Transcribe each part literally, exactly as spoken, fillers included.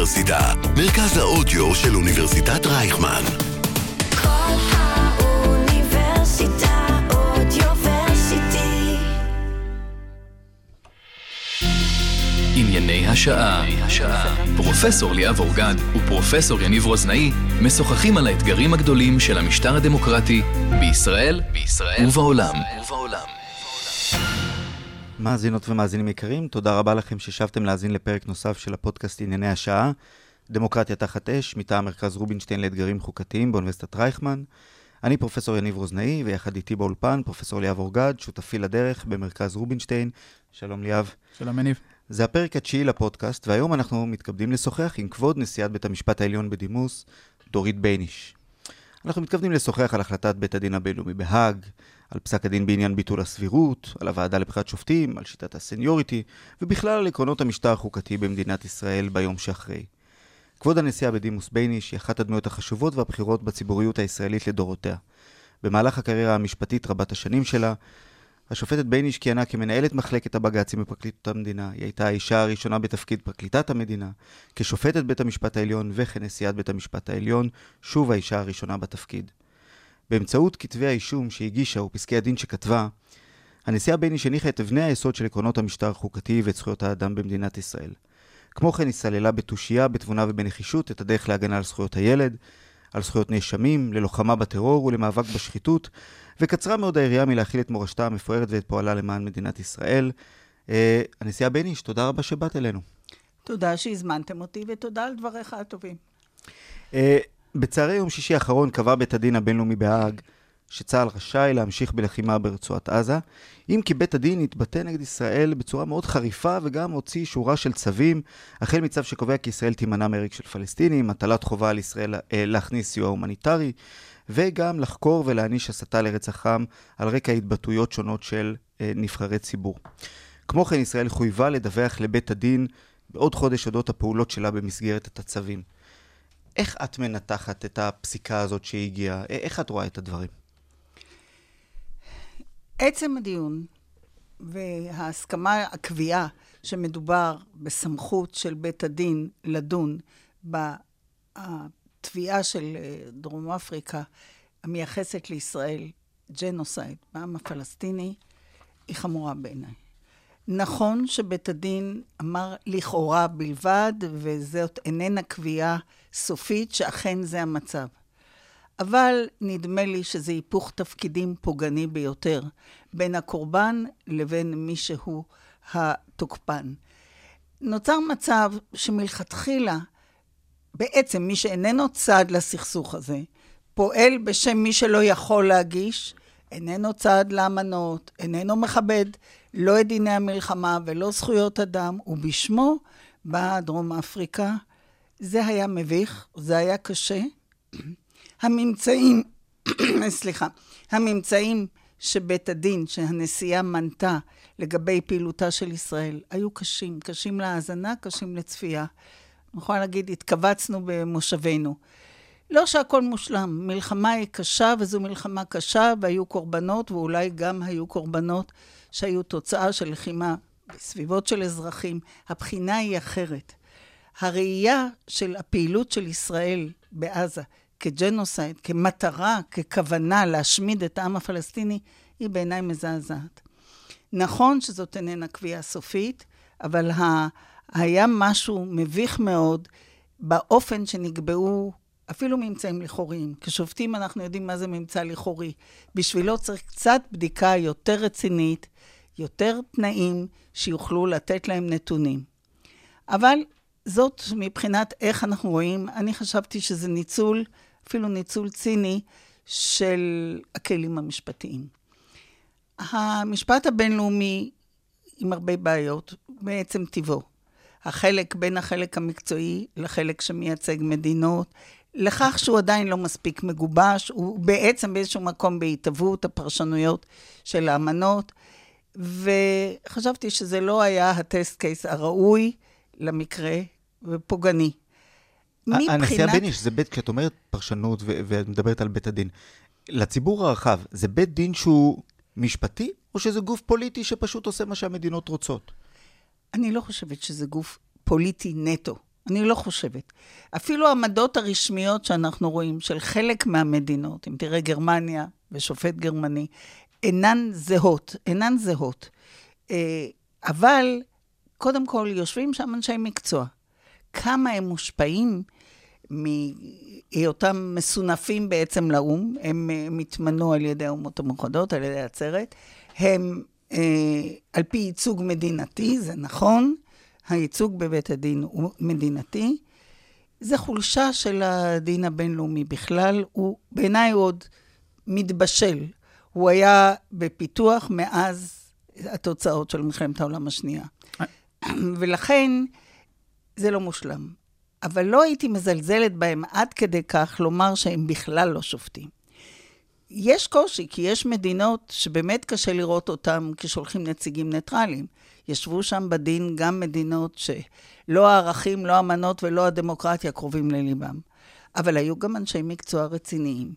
האוניברסיטה, מרכז האודיו של אוניברסיטת רייכמן. כל האוניברסיטה אודיוורסיטי. ענייני השעה. פרופסור ליאב אורגד ופרופסור יניב רוזנאי משוחחים על האתגרים הגדולים של המשטר הדמוקרטי בישראל, בישראל ובעולם. מאזינות ומאזינים יקרים, תודה רבה לכם ששבתם להאזין לפרק נוסף של הפודקאסט ענייני השעה, דמוקרטיה תחת אש, מטעם מרכז רובינשטיין לאתגרים חוקתיים באוניברסיטת רייכמן. אני פרופסור יניב רוזנאי, ויחד איתי באולפן פרופסור ליאב אורגד, שותפי לדרך במרכז רובינשטיין. שלום ליאב. שלום יניב. זה הפרק התשיעי לפודקאסט, והיום אנחנו מתכבדים לשוחח עם כבוד נשיאת בית המשפט העליון בדימוס, דורית בייניש. אנחנו מתכוונים לשוחח על החלטת בית הדין הבינלאומי בהאג, על פסק הדין בעניין ביטול הסבירות, על הוועדה לבחירת שופטים, על שיטת הסניוריטי, ובכלל על עקרונות המשטר החוקתי במדינת ישראל ביום שאחרי. כבוד הנשיאה בדימוס בייניש היא אחת הדמויות החשובות והבחירות בציבוריות הישראלית לדורותיה. במהלך הקריירה המשפטית רבת השנים שלה, השופטת בייניש כיהנה כמנהלת מחלקת הבג"צים בפרקליטות המדינה. היא הייתה האישה הראשונה בתפקיד פרקליטת המדינה, כשופטת בית המשפט העליון וכנשיאת בית המשפט העליון, שוב האישה הראשונה בתפקיד. באמצעות כתבי האישום שהגישה ופסקי הדין שכתבה, הנשיאה בייניש הניחה את אבני היסוד של עקרונות המשטר החוקתי ואת זכויות האדם במדינת ישראל. כמו כן היא סללה בתושייה, בתבונה ובנחישות את הדרך להגנה על זכויות הילד, על זכויות נאשמים, ללוחמה בטרור ולמאבק בשחיתות, וקצרה מאוד העירייה מלהכיל את מורשתה המפוארת ואת פועלה למען מדינת ישראל. אה, הנשיאה בייניש, תודה רבה שבאת אלינו. תודה שהזמנתם אותי, ותודה על דבריך הטובים. אה, בצערי יום שישי האחרון קבע בית הדין הבינלאומי בהאג שצה"ל רשאי להמשיך בלחימה ברצועת עזה, אם כי בית הדין התבטא נגד ישראל בצורה מאוד חריפה וגם הוציא שורה של צווים, החל מצו שקובע כי ישראל תימנע מהרג של פלסטינים, הטלת חובה על ישראל אה, להכניס סיוע הומניטרי, וגם לחקור ולהעניש הסתה לרצח עם על רקע התבטאויות שונות של אה, נבחרי ציבור. כמו כן ישראל חויבה לדווח לבית הדין בעוד חודש אודות הפעולות שלה במסגרת הצווים. איך את מנתחת את הפסיקה הזאת שהגיעה? איך את רואה את הדברים? עצם הדיון וההסכמה הקביעה שמדובר בסמכות של בית הדין לדון בתביעה של דרום אפריקה המייחסת לישראל ג'נוסייד בעם הפלסטיני, היא חמורה בעיניי. נכון שבית הדין אמר לכאורה בלבד, וזאת איננה קביעה סופית שאכן זה המצב. אבל נדמה לי שזה היפוך תפקידים פוגעני ביותר, בין הקורבן לבין מי שהוא התוקפן. נוצר מצב שמלכתחילה, בעצם מי שאיננו צד לסכסוך הזה, פועל בשם מי שלא יכול להגיש, איננו צד לאמנות, איננו מכבד לא את דיני המלחמה ולא זכויות אדם, ובשמו באה דרום אפריקה. זה היה מביך, זה היה קשה. הממצאים, סליחה, הממצאים שבית הדין, שהנשיאה מנתה לגבי פעילותה של ישראל, היו קשים, קשים להאזנה, קשים לצפייה. אני יכולה להגיד, התכווצנו במושבנו. לא שהכל מושלם, מלחמה היא קשה, וזו מלחמה קשה, והיו קורבנות, ואולי גם היו קורבנות שהיו תוצאה של לחימה בסביבות של אזרחים. הבחינה היא אחרת. הראייה של הפעילות של ישראל בעזה, כג'נוסייד, כמטרה, ככוונה להשמיד את העם הפלסטיני, היא בעיניי מזעזעת. נכון שזאת איננה קביעה סופית, אבל ה... היה משהו מביך מאוד באופן שנקבעו אפילו ממצאים לכאוריים. כשופטים אנחנו יודעים מה זה ממצא לכאורי. בשבילו צריך קצת בדיקה יותר רצינית, יותר תנאים שיוכלו לתת להם נתונים. אבל זאת מבחינת איך אנחנו רואים, אני חשבתי שזה ניצול, אפילו ניצול ציני של הכלים המשפטיים. המשפט הבינלאומי עם הרבה בעיות, בעצם טבעו. החלק בין החלק המקצועי לחלק שמייצג מדינות, לכך שהוא עדיין לא מספיק מגובש, הוא בעצם באיזשהו מקום בהתהוות הפרשנויות של האמנות, וחשבתי שזה לא היה הטסט קייס הראוי למקרה ופוגעני. הנשיאה בייניש, זה בית, כשאת אומרת פרשנות ומדברת על בית הדין, לציבור הרחב, זה בית דין שהוא משפטי, או שזה גוף פוליטי שפשוט עושה מה שהמדינות רוצות? אני לא חושבת שזה גוף פוליטי נטו. אני לא חושבת. אפילו העמדות הרשמיות שאנחנו רואים, של חלק מהמדינות, אם תראה גרמניה ושופט גרמני, אינן זהות, אינן זהות. אבל, קודם כל, יושבים שם אנשי מקצוע. כמה הם מושפעים מאותם מסונפים בעצם לאום, הם מתמנו על ידי האומות המאוחדות, על ידי העצרת, הם על פי ייצוג מדינתי, זה נכון, הייצוג בבית הדין הוא מדינתי, זה חולשה של הדין הבינלאומי בכלל, הוא בעיניי עוד מתבשל. הוא היה בפיתוח מאז התוצאות של מלחמת העולם השנייה. ולכן זה לא מושלם. אבל לא הייתי מזלזלת בהם עד כדי כך לומר שהם בכלל לא שופטים. יש קושי, כי יש מדינות שבאמת קשה לראות אותם כשולחים נציגים ניטרליים. ישבו שם בדין גם מדינות שלא הערכים, לא המנות ולא הדמוקרטיה קרובים לליבם. אבל היו גם אנשי מקצוע רציניים.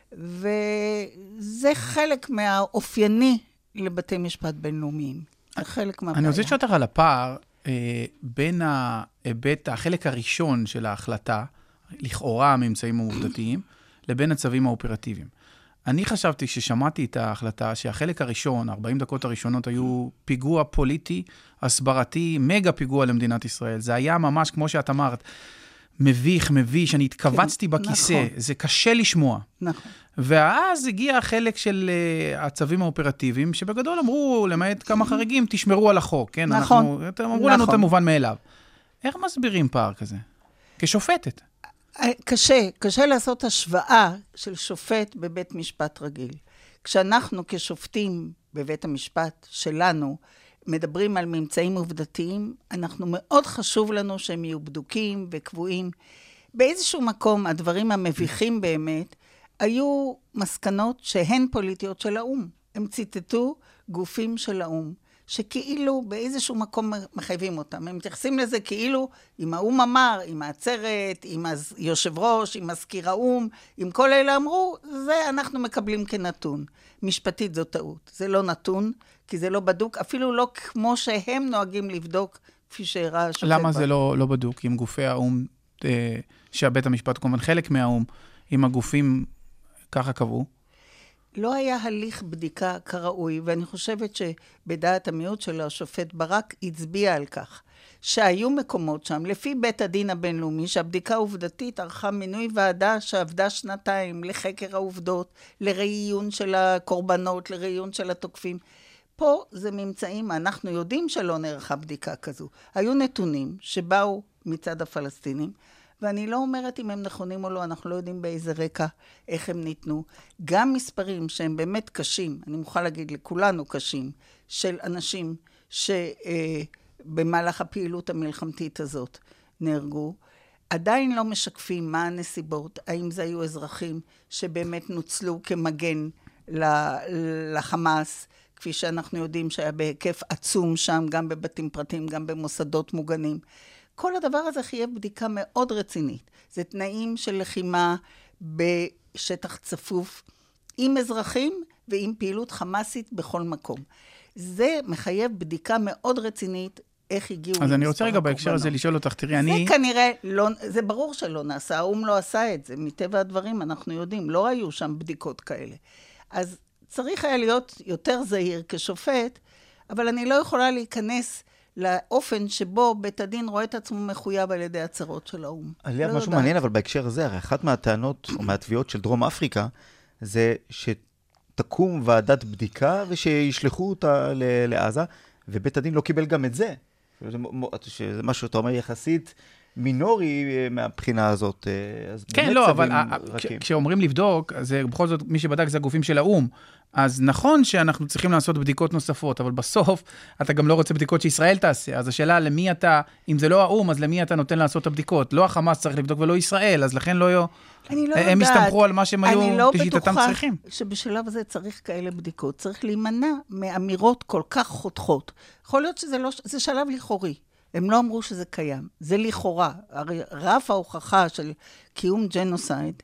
וזה חלק מהאופייני לבתי משפט בינלאומיים. זה חלק מהבעיה. אני רוצה לשאול אותך על הפער אה, בין ההיבט, החלק הראשון של ההחלטה, לכאורה הממצאים העובדתיים, לבין הצווים האופרטיביים. אני חשבתי ששמעתי את ההחלטה שהחלק הראשון, ארבעים דקות הראשונות, היו פיגוע פוליטי, הסברתי, מגה פיגוע למדינת ישראל. זה היה ממש, כמו שאת אמרת, מביך, מביש, אני התכווצתי כן, בכיסא, נכון. זה קשה לשמוע. נכון. ואז הגיע החלק של uh, הצווים האופרטיביים, שבגדול אמרו, למעט כמה חריגים, תשמרו על החוק, כן? נכון. אנחנו, אתם אמרו נכון. לנו את המובן מאליו. איך מסבירים פער כזה? כשופטת. קשה, קשה לעשות השוואה של שופט בבית משפט רגיל. כשאנחנו כשופטים בבית המשפט שלנו, מדברים על ממצאים עובדתיים, אנחנו מאוד חשוב לנו שהם יהיו בדוקים וקבועים. באיזשהו מקום, הדברים המביכים באמת, היו מסקנות שהן פוליטיות של האום. הם ציטטו גופים של האום, שכאילו באיזשהו מקום מחייבים אותם. הם מתייחסים לזה כאילו, אם האום אמר, עם העצרת, עם היושב ראש, עם מזכיר האום, עם כל אלה אמרו, זה אנחנו מקבלים כנתון. משפטית זו טעות. זה לא נתון, כי זה לא בדוק, אפילו לא כמו שהם נוהגים לבדוק, כפי שהראה השופט. למה זה לא, לא בדוק? עם גופי האום, אה, שהבית המשפט כמובן חלק מהאום, עם הגופים ככה קבעו? לא היה הליך בדיקה כראוי, ואני חושבת שבדעת המיעוט של השופט ברק הצביע על כך, שהיו מקומות שם, לפי בית הדין הבינלאומי, שהבדיקה העובדתית ערכה מינוי ועדה שעבדה שנתיים לחקר העובדות, לראיון של הקורבנות, לראיון של התוקפים. פה זה ממצאים, אנחנו יודעים שלא נערכה בדיקה כזו. היו נתונים שבאו מצד הפלסטינים, ואני לא אומרת אם הם נכונים או לא, אנחנו לא יודעים באיזה רקע, איך הם ניתנו. גם מספרים שהם באמת קשים, אני מוכרחה להגיד לכולנו קשים, של אנשים שבמהלך הפעילות המלחמתית הזאת נהרגו, עדיין לא משקפים מה הנסיבות, האם זה היו אזרחים שבאמת נוצלו כמגן לחמאס, כפי שאנחנו יודעים שהיה בהיקף עצום שם, גם בבתים פרטיים, גם במוסדות מוגנים. כל הדבר הזה חייב בדיקה מאוד רצינית. זה תנאים של לחימה בשטח צפוף, עם אזרחים ועם פעילות חמאסית בכל מקום. זה מחייב בדיקה מאוד רצינית, איך הגיעו... אז אני רוצה רגע בהקשר הזה לשאול אותך, תראי, זה אני... זה כנראה, לא, זה ברור שלא נעשה, האום לא עשה את זה, מטבע הדברים אנחנו יודעים, לא היו שם בדיקות כאלה. אז צריך היה להיות יותר זהיר כשופט, אבל אני לא יכולה להיכנס לאופן שבו בית הדין רואה את עצמו מחויב על ידי הצהרות של האום. עליה לא משהו יודע. מעניין, אבל בהקשר הזה, הרי אחת מהטענות או מהתביעות של דרום אפריקה, זה שתקום ועדת בדיקה ושישלחו אותה לעזה, ובית הדין לא קיבל גם את זה. שזה משהו שאתה אומר יחסית מינורי מהבחינה הזאת. כן, לא, אבל כשאומרים לבדוק, זה בכל זאת מי שבדק זה הגופים של האום, אז נכון שאנחנו צריכים לעשות בדיקות נוספות, אבל בסוף אתה גם לא רוצה בדיקות שישראל תעשה, אז השאלה למי אתה, אם זה לא האום, אז למי אתה נותן לעשות את הבדיקות? לא החמאס צריך לבדוק ולא ישראל, אז לכן לא יהיו... אני לא הם יודעת. הסתמכו על מה שהם היו לשיטתם צריכים. אני לא בטוחה שבשלב הזה צריך כאלה בדיקות, צריך להימנע מאמירות כל כך חותכות. יכול להיות שזה לא, זה שלב לכאורי. הם לא אמרו שזה קיים. זה לכאורה. הרי רף ההוכחה של קיום ג'נוסייד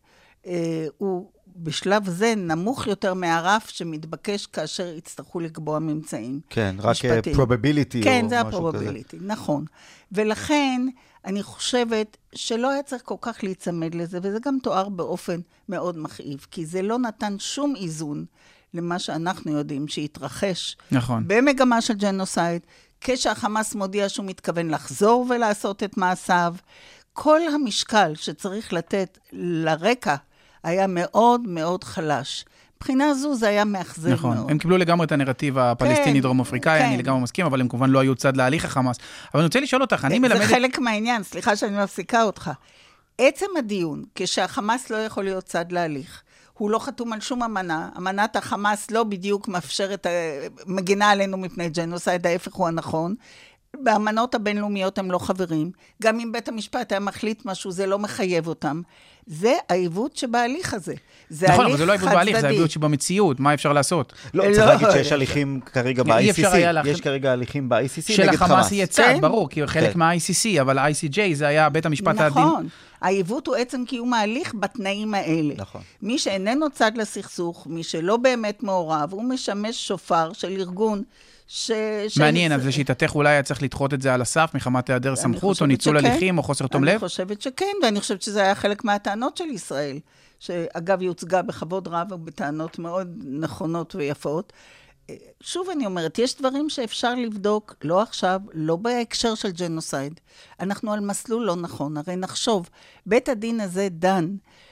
אה, הוא בשלב זה נמוך יותר מהרף שמתבקש כאשר יצטרכו לקבוע ממצאים. כן, רק משפטיים. probability כן, או זה משהו כזה. ה-probability, נכון. ולכן אני חושבת שלא היה צריך כל כך להיצמד לזה, וזה גם תואר באופן מאוד מכאיב, כי זה לא נתן שום איזון למה שאנחנו יודעים שהתרחש. נכון. במגמה של ג'נוסייד, כשהחמאס מודיע שהוא מתכוון לחזור ולעשות את מעשיו, כל המשקל שצריך לתת לרקע היה מאוד מאוד חלש. מבחינה זו זה היה מאכזב נכון. מאוד. הם קיבלו לגמרי את הנרטיב הפלסטיני דרום-אפריקאי, כן. אני לגמרי מסכים, אבל הם כמובן לא היו צד להליך החמאס. אבל אני רוצה לשאול אותך, אני מלמד... זה חלק מהעניין, סליחה שאני מפסיקה אותך. עצם הדיון, כשהחמאס לא יכול להיות צד להליך, הוא לא חתום על שום אמנה, אמנת החמאס לא בדיוק מאפשרת, מגינה עלינו מפני ג'נוסייד, ההפך הוא הנכון, באמנות הבינלאומיות הם לא חברים, גם אם בית המשפט היה מחליט משהו, זה לא מחייב אותם, זה העיוות שבהליך הזה. זה נכון, הליך אבל זה לא העיוות בהליך, זה חד-צדדי. העיוות שבמציאות, מה אפשר לעשות? לא, לא, צריך להגיד לא, שיש לא. הליכים כרגע אי ב-איי אפשר סי היה סי, להכ- יש כרגע הליכים ב-איי סי סי של נגד החמאס חמאס. יהיה צד, כן. ברור, כי הוא חלק כן. מה-איי סי סי, אבל ה-איי סי ג'יי זה היה בית המשפט העדין. נכון, העיוות הוא עצם קיום ההליך בתנאים האלה. נכון. מי שאיננו צד לסכסוך, מי שלא באמת מעורב, הוא משמש שופר של ארגון ש... מעניין, של... אז לשיטתך אולי היה צריך לדחות את זה על הסף, מחמת היעדר סמכות, או חושבת ניצול שכן. הליכים, או חוסר תום אני לב? חושבת שכן, ואני חושבת שזה היה חלק מהטענות של ישראל, שאגב יוצגה בכבוד רב ובטענות מאוד נכונות ויפות. שוב אני אומרת, יש דברים שאפשר לבדוק, לא עכשיו, לא בהקשר של ג'נוסייד. אנחנו על מסלול לא נכון, הרי נחשוב, בית הדין הזה דן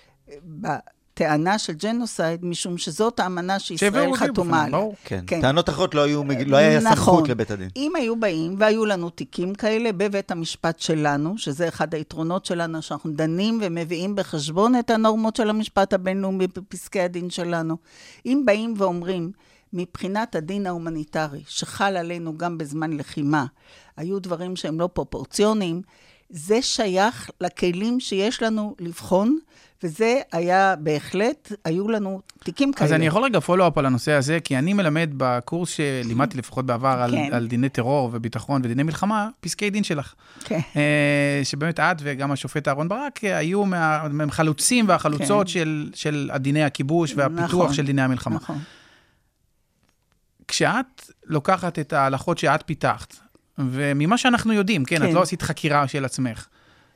בטענה של ג'נוסייד, משום שזאת האמנה שישראל חתומה עליה. כן, כן. טענות אחרות לא היו, לא היה נכון. סמכות לבית הדין. אם היו באים, והיו לנו תיקים כאלה בבית המשפט שלנו, שזה אחד היתרונות שלנו, שאנחנו דנים ומביאים בחשבון את הנורמות של המשפט הבינלאומי בפסקי הדין שלנו. אם באים ואומרים, מבחינת הדין ההומניטרי, שחל עלינו גם בזמן לחימה, היו דברים שהם לא פרופורציוניים, זה שייך לכלים שיש לנו לבחון, וזה היה בהחלט, היו לנו תיקים כאלה. אז אני יכול רגע פולו-אפ על הנושא הזה, כי אני מלמד בקורס שלימדתי לפחות בעבר על, כן. על דיני טרור וביטחון ודיני מלחמה, פסקי דין שלך. כן. אה, שבאמת את וגם השופט אהרון ברק היו מה, מהחלוצים והחלוצות כן. של, של דיני הכיבוש והפיתוח נכון, של דיני המלחמה. נכון. כשאת לוקחת את ההלכות שאת פיתחת, וממה שאנחנו יודעים, כן, כן. את לא עשית חקירה של עצמך,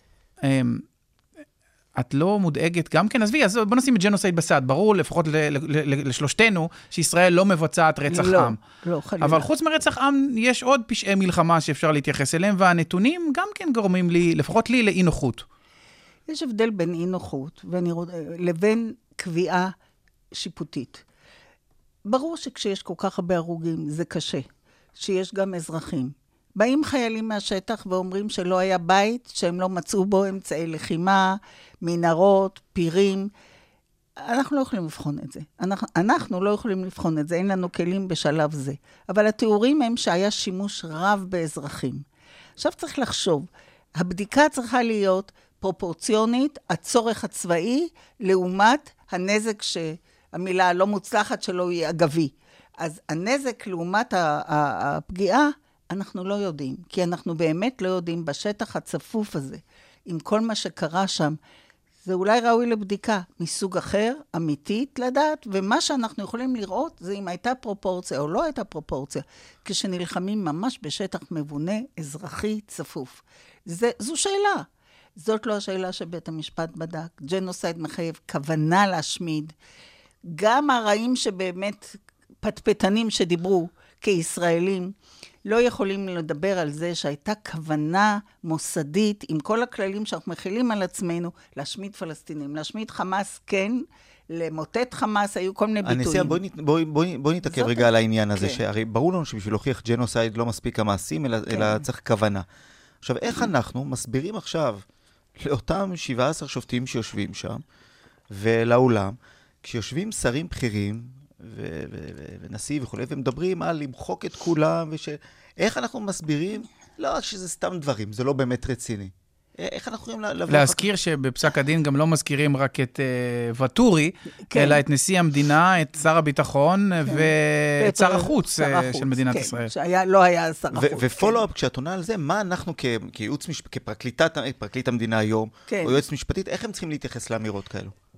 את לא מודאגת גם כן, עזבי, אז בוא נשים את ג'נוסייד בצד, ברור לפחות ל- ל- ל- לשלושתנו, שישראל לא מבצעת רצח לא, עם. לא, חלילה. אבל חוץ מרצח עם, יש עוד פשעי מלחמה שאפשר להתייחס אליהם, והנתונים גם כן גורמים לי, לפחות לי, לאי נוחות. יש הבדל בין אי נוחות ואני רוצ... לבין קביעה שיפוטית. ברור שכשיש כל כך הרבה הרוגים, זה קשה. שיש גם אזרחים. באים חיילים מהשטח ואומרים שלא היה בית, שהם לא מצאו בו אמצעי לחימה, מנהרות, פירים. אנחנו לא יכולים לבחון את זה. אנחנו, אנחנו לא יכולים לבחון את זה, אין לנו כלים בשלב זה. אבל התיאורים הם שהיה שימוש רב באזרחים. עכשיו צריך לחשוב, הבדיקה צריכה להיות פרופורציונית, הצורך הצבאי, לעומת הנזק שהמילה הלא מוצלחת שלו היא אגבי. אז הנזק לעומת הפגיעה, אנחנו לא יודעים, כי אנחנו באמת לא יודעים בשטח הצפוף הזה, עם כל מה שקרה שם, זה אולי ראוי לבדיקה מסוג אחר, אמיתית לדעת, ומה שאנחנו יכולים לראות זה אם הייתה פרופורציה או לא הייתה פרופורציה, כשנלחמים ממש בשטח מבונה, אזרחי, צפוף. זה, זו שאלה. זאת לא השאלה שבית המשפט בדק. ג'נוסייד מחייב כוונה להשמיד. גם הרעים שבאמת פטפטנים שדיברו כישראלים, לא יכולים לדבר על זה שהייתה כוונה מוסדית, עם כל הכללים שאנחנו מכילים על עצמנו, להשמיד פלסטינים. להשמיד חמאס כן, למוטט חמאס, היו כל מיני ביטויים. הנשיאה, בואי נת, בואי, בואי, בואי נתעכב רגע ה... על העניין הזה, כן. שהרי ברור לנו שבשביל להוכיח ג'נוסייד לא מספיק המעשים, אלא, כן. אלא צריך כוונה. עכשיו, איך אנחנו מסבירים עכשיו לאותם שבעה עשר שופטים שיושבים שם, ולאולם, כשיושבים שרים בכירים, ו- ו- ו- ונשיא וכו', ומדברים על למחוק את כולם, וש... איך אנחנו מסבירים? לא, שזה סתם דברים, זה לא באמת רציני. איך אנחנו יכולים לבוא... להזכיר שבפסק הדין גם לא מזכירים רק את uh, וטורי, כן. אלא את נשיא המדינה, את שר הביטחון, כן. ואת שר החוץ, שר החוץ של מדינת כן. ישראל. שהיה, לא היה שר החוץ. ופולו-אפ, כן. כשאת עונה על זה, מה אנחנו כ- כייעוץ, משפ... כפרקליטת, פרקליט המדינה היום, כן. או יועץ משפטית, איך הם צריכים להתייחס לאמירות כאלו?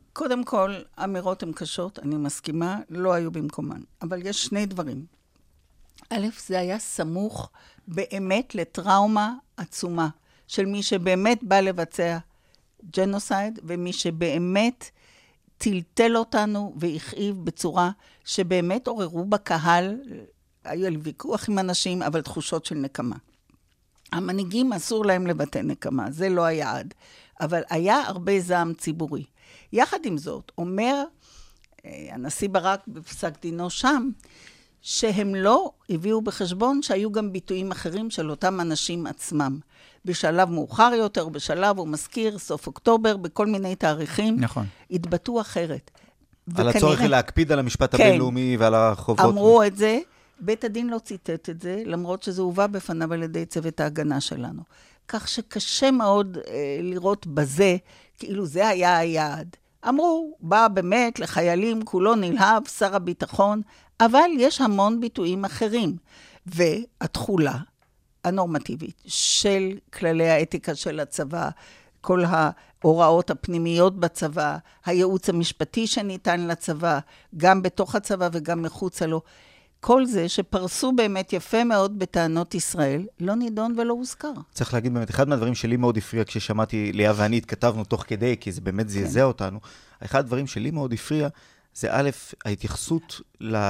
קודם כל, אמירות הן קשות, אני מסכימה, לא היו במקומן. אבל יש שני דברים. א', זה היה סמוך באמת לטראומה עצומה, של מי שבאמת בא לבצע ג'נוסייד, ומי שבאמת טלטל אותנו והכאיב בצורה שבאמת עוררו בקהל, היה לי ויכוח עם אנשים, אבל תחושות של נקמה. המנהיגים אסור להם לבטא נקמה, זה לא היעד, אבל היה הרבה זעם ציבורי. יחד עם זאת, אומר הנשיא ברק בפסק דינו שם, שהם לא הביאו בחשבון שהיו גם ביטויים אחרים של אותם אנשים עצמם. בשלב מאוחר יותר, בשלב הוא מזכיר, סוף אוקטובר, בכל מיני תאריכים, נכון. התבטאו אחרת. על וכנראה, הצורך להקפיד על המשפט כן, הבינלאומי ועל החובות. אמרו את זה, בית הדין לא ציטט את זה, למרות שזה הובא בפניו על ידי צוות ההגנה שלנו. כך שקשה מאוד אה, לראות בזה, כאילו זה היה היעד. אמרו, בא באמת לחיילים, כולו נלהב, שר הביטחון, אבל יש המון ביטויים אחרים. והתחולה הנורמטיבית של כללי האתיקה של הצבא, כל ההוראות הפנימיות בצבא, הייעוץ המשפטי שניתן לצבא, גם בתוך הצבא וגם מחוצה לו, כל זה שפרסו באמת יפה מאוד בטענות ישראל, לא נידון ולא הוזכר. צריך להגיד באמת, אחד מהדברים שלי מאוד הפריע כששמעתי, ליה ואני התכתבנו תוך כדי, כי זה באמת זעזע אותנו, אחד הדברים שלי מאוד הפריע, זה א', ההתייחסות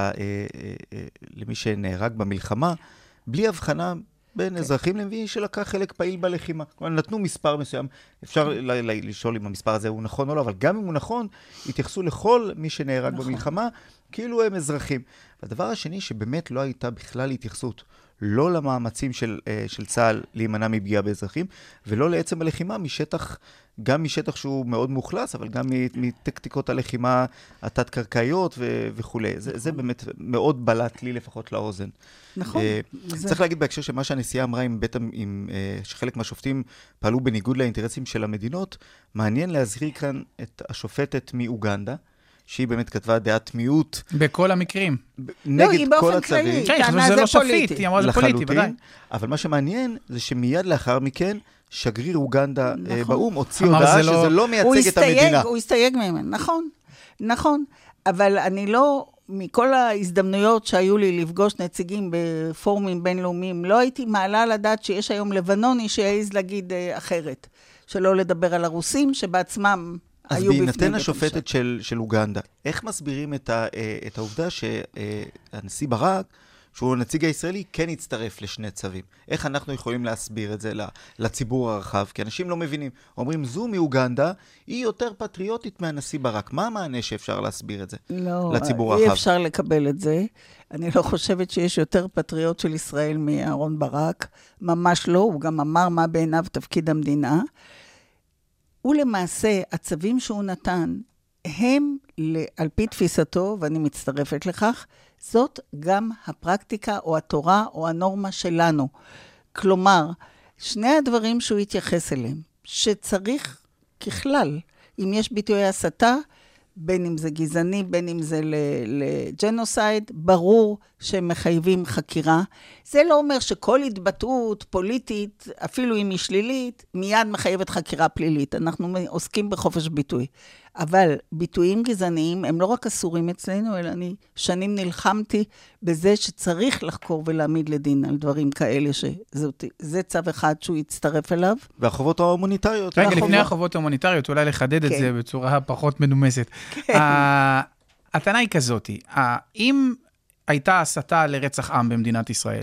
למי שנהרג במלחמה, הבחנה הבחנה בין אזרחים למי שלקח חלק פעיל בלחימה. כלומר, נתנו מספר מסוים, אפשר לשאול אם המספר הזה הוא נכון או לא, אבל גם אם הוא נכון, התייחסו לכל מי שנהרג במלחמה, כאילו הם אזרחים. והדבר השני שבאמת לא הייתה בכלל התייחסות, לא למאמצים של, של צה"ל להימנע מפגיעה באזרחים, ולא לעצם הלחימה משטח, גם משטח שהוא מאוד מוחלס, אבל גם מטקטיקות הלחימה התת-קרקעיות ו- וכו'. זה, זה באמת מאוד בלט לי לפחות לאוזן. נכון. Uh, זה... צריך להגיד בהקשר שמה שהנשיאה אמרה עם בית, עם, uh, שחלק מהשופטים פעלו בניגוד לאינטרסים של המדינות, מעניין להזכיר כאן את השופטת מאוגנדה, שהיא באמת כתבה דעת מיעוט. בכל המקרים. נגד לא, כל הצווים. כן, חושב שזה לא שפיט, היא אמרה זה פוליטי, ודאי. אבל מה שמעניין זה שמיד לאחר מכן, שגריר אוגנדה נכון. באום הוציא הודעה שזה לא, לא מייצג את המדינה. הוא הסתייג ממנו, נכון, נכון. אבל אני לא, מכל ההזדמנויות שהיו לי לפגוש נציגים בפורומים בינלאומיים, לא הייתי מעלה לדעת שיש היום לבנוני שיעז להגיד אחרת. שלא לדבר על הרוסים שבעצמם אז בהינתן השופטת של, של אוגנדה, איך מסבירים את, ה, את העובדה שהנשיא ברק, שהוא הנציג הישראלי, כן יצטרף לשני צווים? איך אנחנו יכולים להסביר את זה לציבור הרחב? כי אנשים לא מבינים. אומרים, זו מאוגנדה, היא יותר פטריוטית מהנשיא ברק. מה המענה שאפשר להסביר את זה לא, לציבור הרחב? אי אפשר לקבל את זה. אני לא חושבת שיש יותר פטריוט של ישראל מאהרון ברק. ממש לא, הוא גם אמר מה בעיניו תפקיד המדינה. ולמעשה, הצווים שהוא נתן, הם, על פי תפיסתו, ואני מצטרפת לכך, זאת גם הפרקטיקה או התורה או הנורמה שלנו. כלומר, שני הדברים שהוא התייחס אליהם, שצריך ככלל, אם יש ביטויי הסתה, בין אם זה גזעני, בין אם זה לג'נוסייד, ברור שהם מחייבים חקירה. זה לא אומר שכל התבטאות פוליטית, אפילו אם היא שלילית, מיד מחייבת חקירה פלילית. אנחנו עוסקים בחופש ביטוי. אבל ביטויים גזעניים הם לא רק אסורים אצלנו, אלא אני שנים נלחמתי בזה שצריך לחקור ולהעמיד לדין על דברים כאלה, שזה צו אחד שהוא יצטרף אליו. והחובות ההומניטריות. רגע, לפני החובות ההומניטריות, אולי לחדד את זה בצורה פחות מנומסת. הטענה היא כזאת, אם הייתה הסתה לרצח עם במדינת ישראל,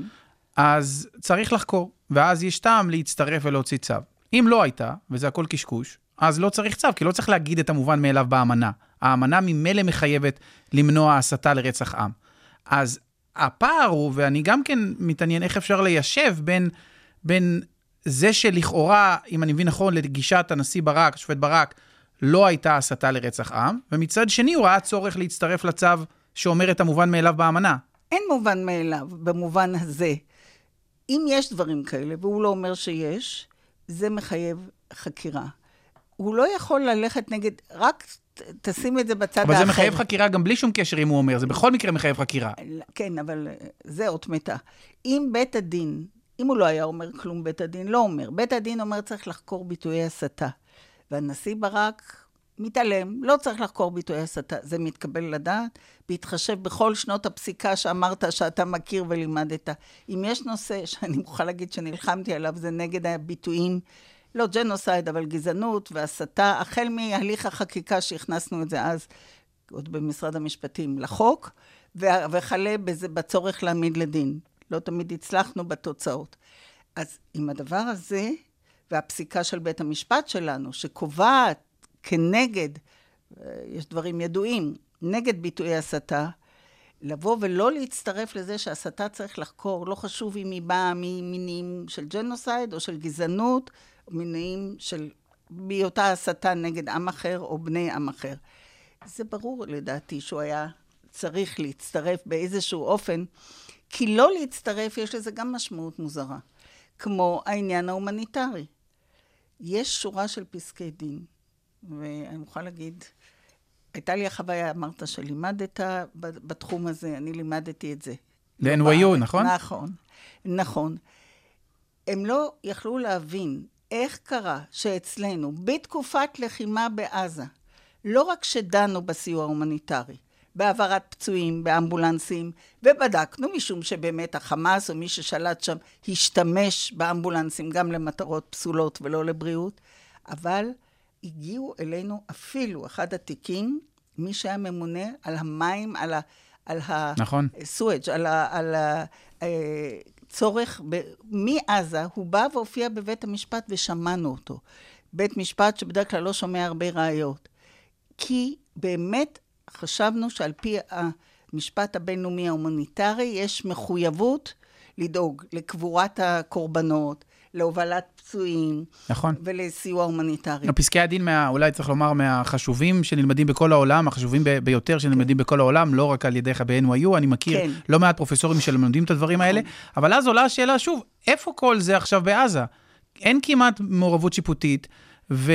אז צריך לחקור, ואז יש טעם להצטרף ולהוציא צו. אם לא הייתה, וזה הכל קשקוש, אז לא צריך צו, כי לא צריך להגיד את המובן מאליו באמנה. האמנה ממילא מחייבת למנוע הסתה לרצח עם. אז הפער הוא, ואני גם כן מתעניין איך אפשר ליישב בין, בין זה שלכאורה, אם אני מבין נכון, לגישת הנשיא ברק, השופט ברק, לא הייתה הסתה לרצח עם, ומצד שני הוא ראה צורך להצטרף לצו שאומר את המובן מאליו באמנה. אין מובן מאליו במובן הזה. אם יש דברים כאלה, והוא לא אומר שיש, זה מחייב חקירה. הוא לא יכול ללכת נגד, רק תשים את זה בצד האחר. אבל זה מחייב חקירה גם בלי שום קשר אם הוא אומר, זה בכל מקרה מחייב חקירה. כן, אבל זה אות מתה. אם בית הדין, אם הוא לא היה אומר כלום, בית הדין לא אומר. בית הדין אומר צריך לחקור ביטויי הסתה. והנשיא ברק מתעלם, לא צריך לחקור ביטוי הסתה, זה מתקבל לדעת, בהתחשב בכל שנות הפסיקה שאמרת שאתה מכיר ולימדת. אם יש נושא שאני מוכרחה להגיד שנלחמתי עליו, זה נגד הביטויים, לא ג'נוסייד, אבל גזענות והסתה, החל מהליך החקיקה שהכנסנו את זה אז, עוד במשרד המשפטים, לחוק, וחלה בזה בצורך להעמיד לדין. לא תמיד הצלחנו בתוצאות. אז עם הדבר הזה, והפסיקה של בית המשפט שלנו, שקובעת כנגד, יש דברים ידועים, נגד ביטויי הסתה, לבוא ולא להצטרף לזה שהסתה צריך לחקור, לא חשוב אם היא באה ממינים של ג'נוסייד או של גזענות, או מינים של בהיותה הסתה נגד עם אחר או בני עם אחר. זה ברור לדעתי שהוא היה צריך להצטרף באיזשהו אופן, כי לא להצטרף יש לזה גם משמעות מוזרה, כמו העניין ההומניטרי. יש שורה של פסקי דין, ואני מוכרחה להגיד, הייתה לי החוויה, אמרת שלימדת בתחום הזה, אני לימדתי את זה. ל-אן וואי יו, נכון? נכון, נכון. הם לא יכלו להבין איך קרה שאצלנו, בתקופת לחימה בעזה, לא רק שדנו בסיוע ההומניטרי, בעברת פצועים, באמבולנסים, ובדקנו משום שבאמת החמאס או מי ששלט שם השתמש באמבולנסים גם למטרות פסולות ולא לבריאות, אבל הגיעו אלינו אפילו אחד התיקים, מי שהיה ממונה על המים, על ה... על נכון. הסואג', על ה... על ה... צורך, ב... מעזה, הוא בא והופיע בבית המשפט ושמענו אותו. בית משפט שבדרך כלל לא שומע הרבה ראיות. כי באמת חשבנו שעל פי המשפט הבינלאומי ההומניטרי, יש מחויבות לדאוג לקבורת הקורבנות, להובלת פצועים, נכון. ולסיוע הומניטרי. הפסקי הדין, מה, אולי צריך לומר, מהחשובים שנלמדים בכל העולם, החשובים ב- ביותר שנלמדים כן. בכל העולם, לא רק על ידיך ב-אן וואי יו, אני מכיר כן. לא מעט פרופסורים שלמדים את הדברים נכון. האלה, אבל אז עולה השאלה שוב, איפה כל זה עכשיו בעזה? אין כמעט מעורבות שיפוטית, ו...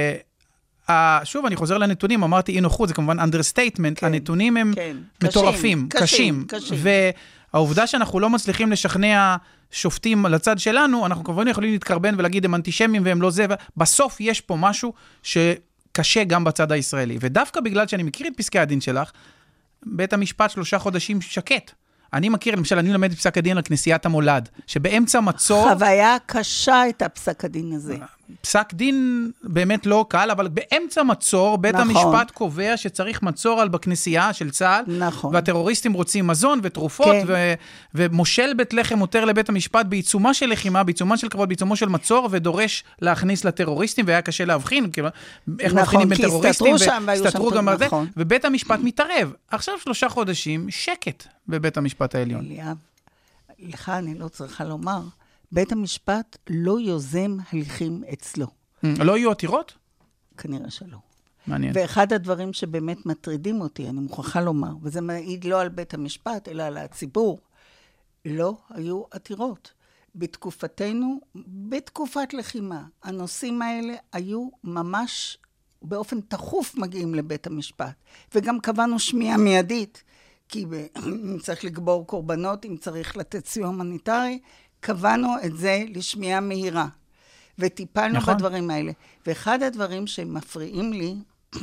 שוב, אני חוזר לנתונים, אמרתי אי נוחות, זה כמובן understatement, כן, הנתונים הם כן. מטורפים, קשים, קשים, קשים. והעובדה שאנחנו לא מצליחים לשכנע שופטים לצד שלנו, אנחנו כמובן יכולים להתקרבן ולהגיד הם אנטישמים והם לא זה, בסוף יש פה משהו שקשה גם בצד הישראלי, ודווקא בגלל שאני מכיר את פסקי הדין שלך, בית המשפט שלושה חודשים שקט. אני מכיר, למשל, אני למד פסק הדין על כנסיית המולד, שבאמצע מצור... חוויה קשה את הפסק הדין הזה. פסק דין באמת לא קל, אבל באמצע מצור, בית נכון. המשפט קובע שצריך מצור על בכנסייה של צה"ל, נכון. והטרוריסטים רוצים מזון ותרופות, כן. ו- ומושל בית לחם מותר לבית המשפט בעיצומה של לחימה, בעיצומה של קרבות, בעיצומו של מצור, ודורש להכניס לטרוריסטים, והיה קשה להבחין, כאילו, איך נכון, מבחינים בין טרוריסטים, והסתתרו גם על זה, נכון. ובית המשפט מתערב. עכשיו שלושה חודשים, שקט בבית המשפט העליון. אליאב, לך אני לא צריכה לומר, בית המשפט לא יוזם הליכים אצלו. לא יהיו עתירות? כנראה שלא. מעניין. ואחד הדברים שבאמת מטרידים אותי, אני מוכרחה לומר, וזה מעיד לא על בית המשפט, אלא על הציבור, לא היו עתירות. בתקופתנו, בתקופת לחימה, הנושאים האלה היו ממש באופן תחוף מגיעים לבית המשפט. וגם קבענו שמיעה מיידית, כי אם צריך לגבור קורבנות, אם צריך לתת סיוע הומניטרי, קבענו את זה לשמיעה מהירה, וטיפלנו נכון. בדברים האלה. ואחד הדברים שמפריעים לי,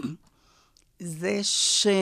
זה שלא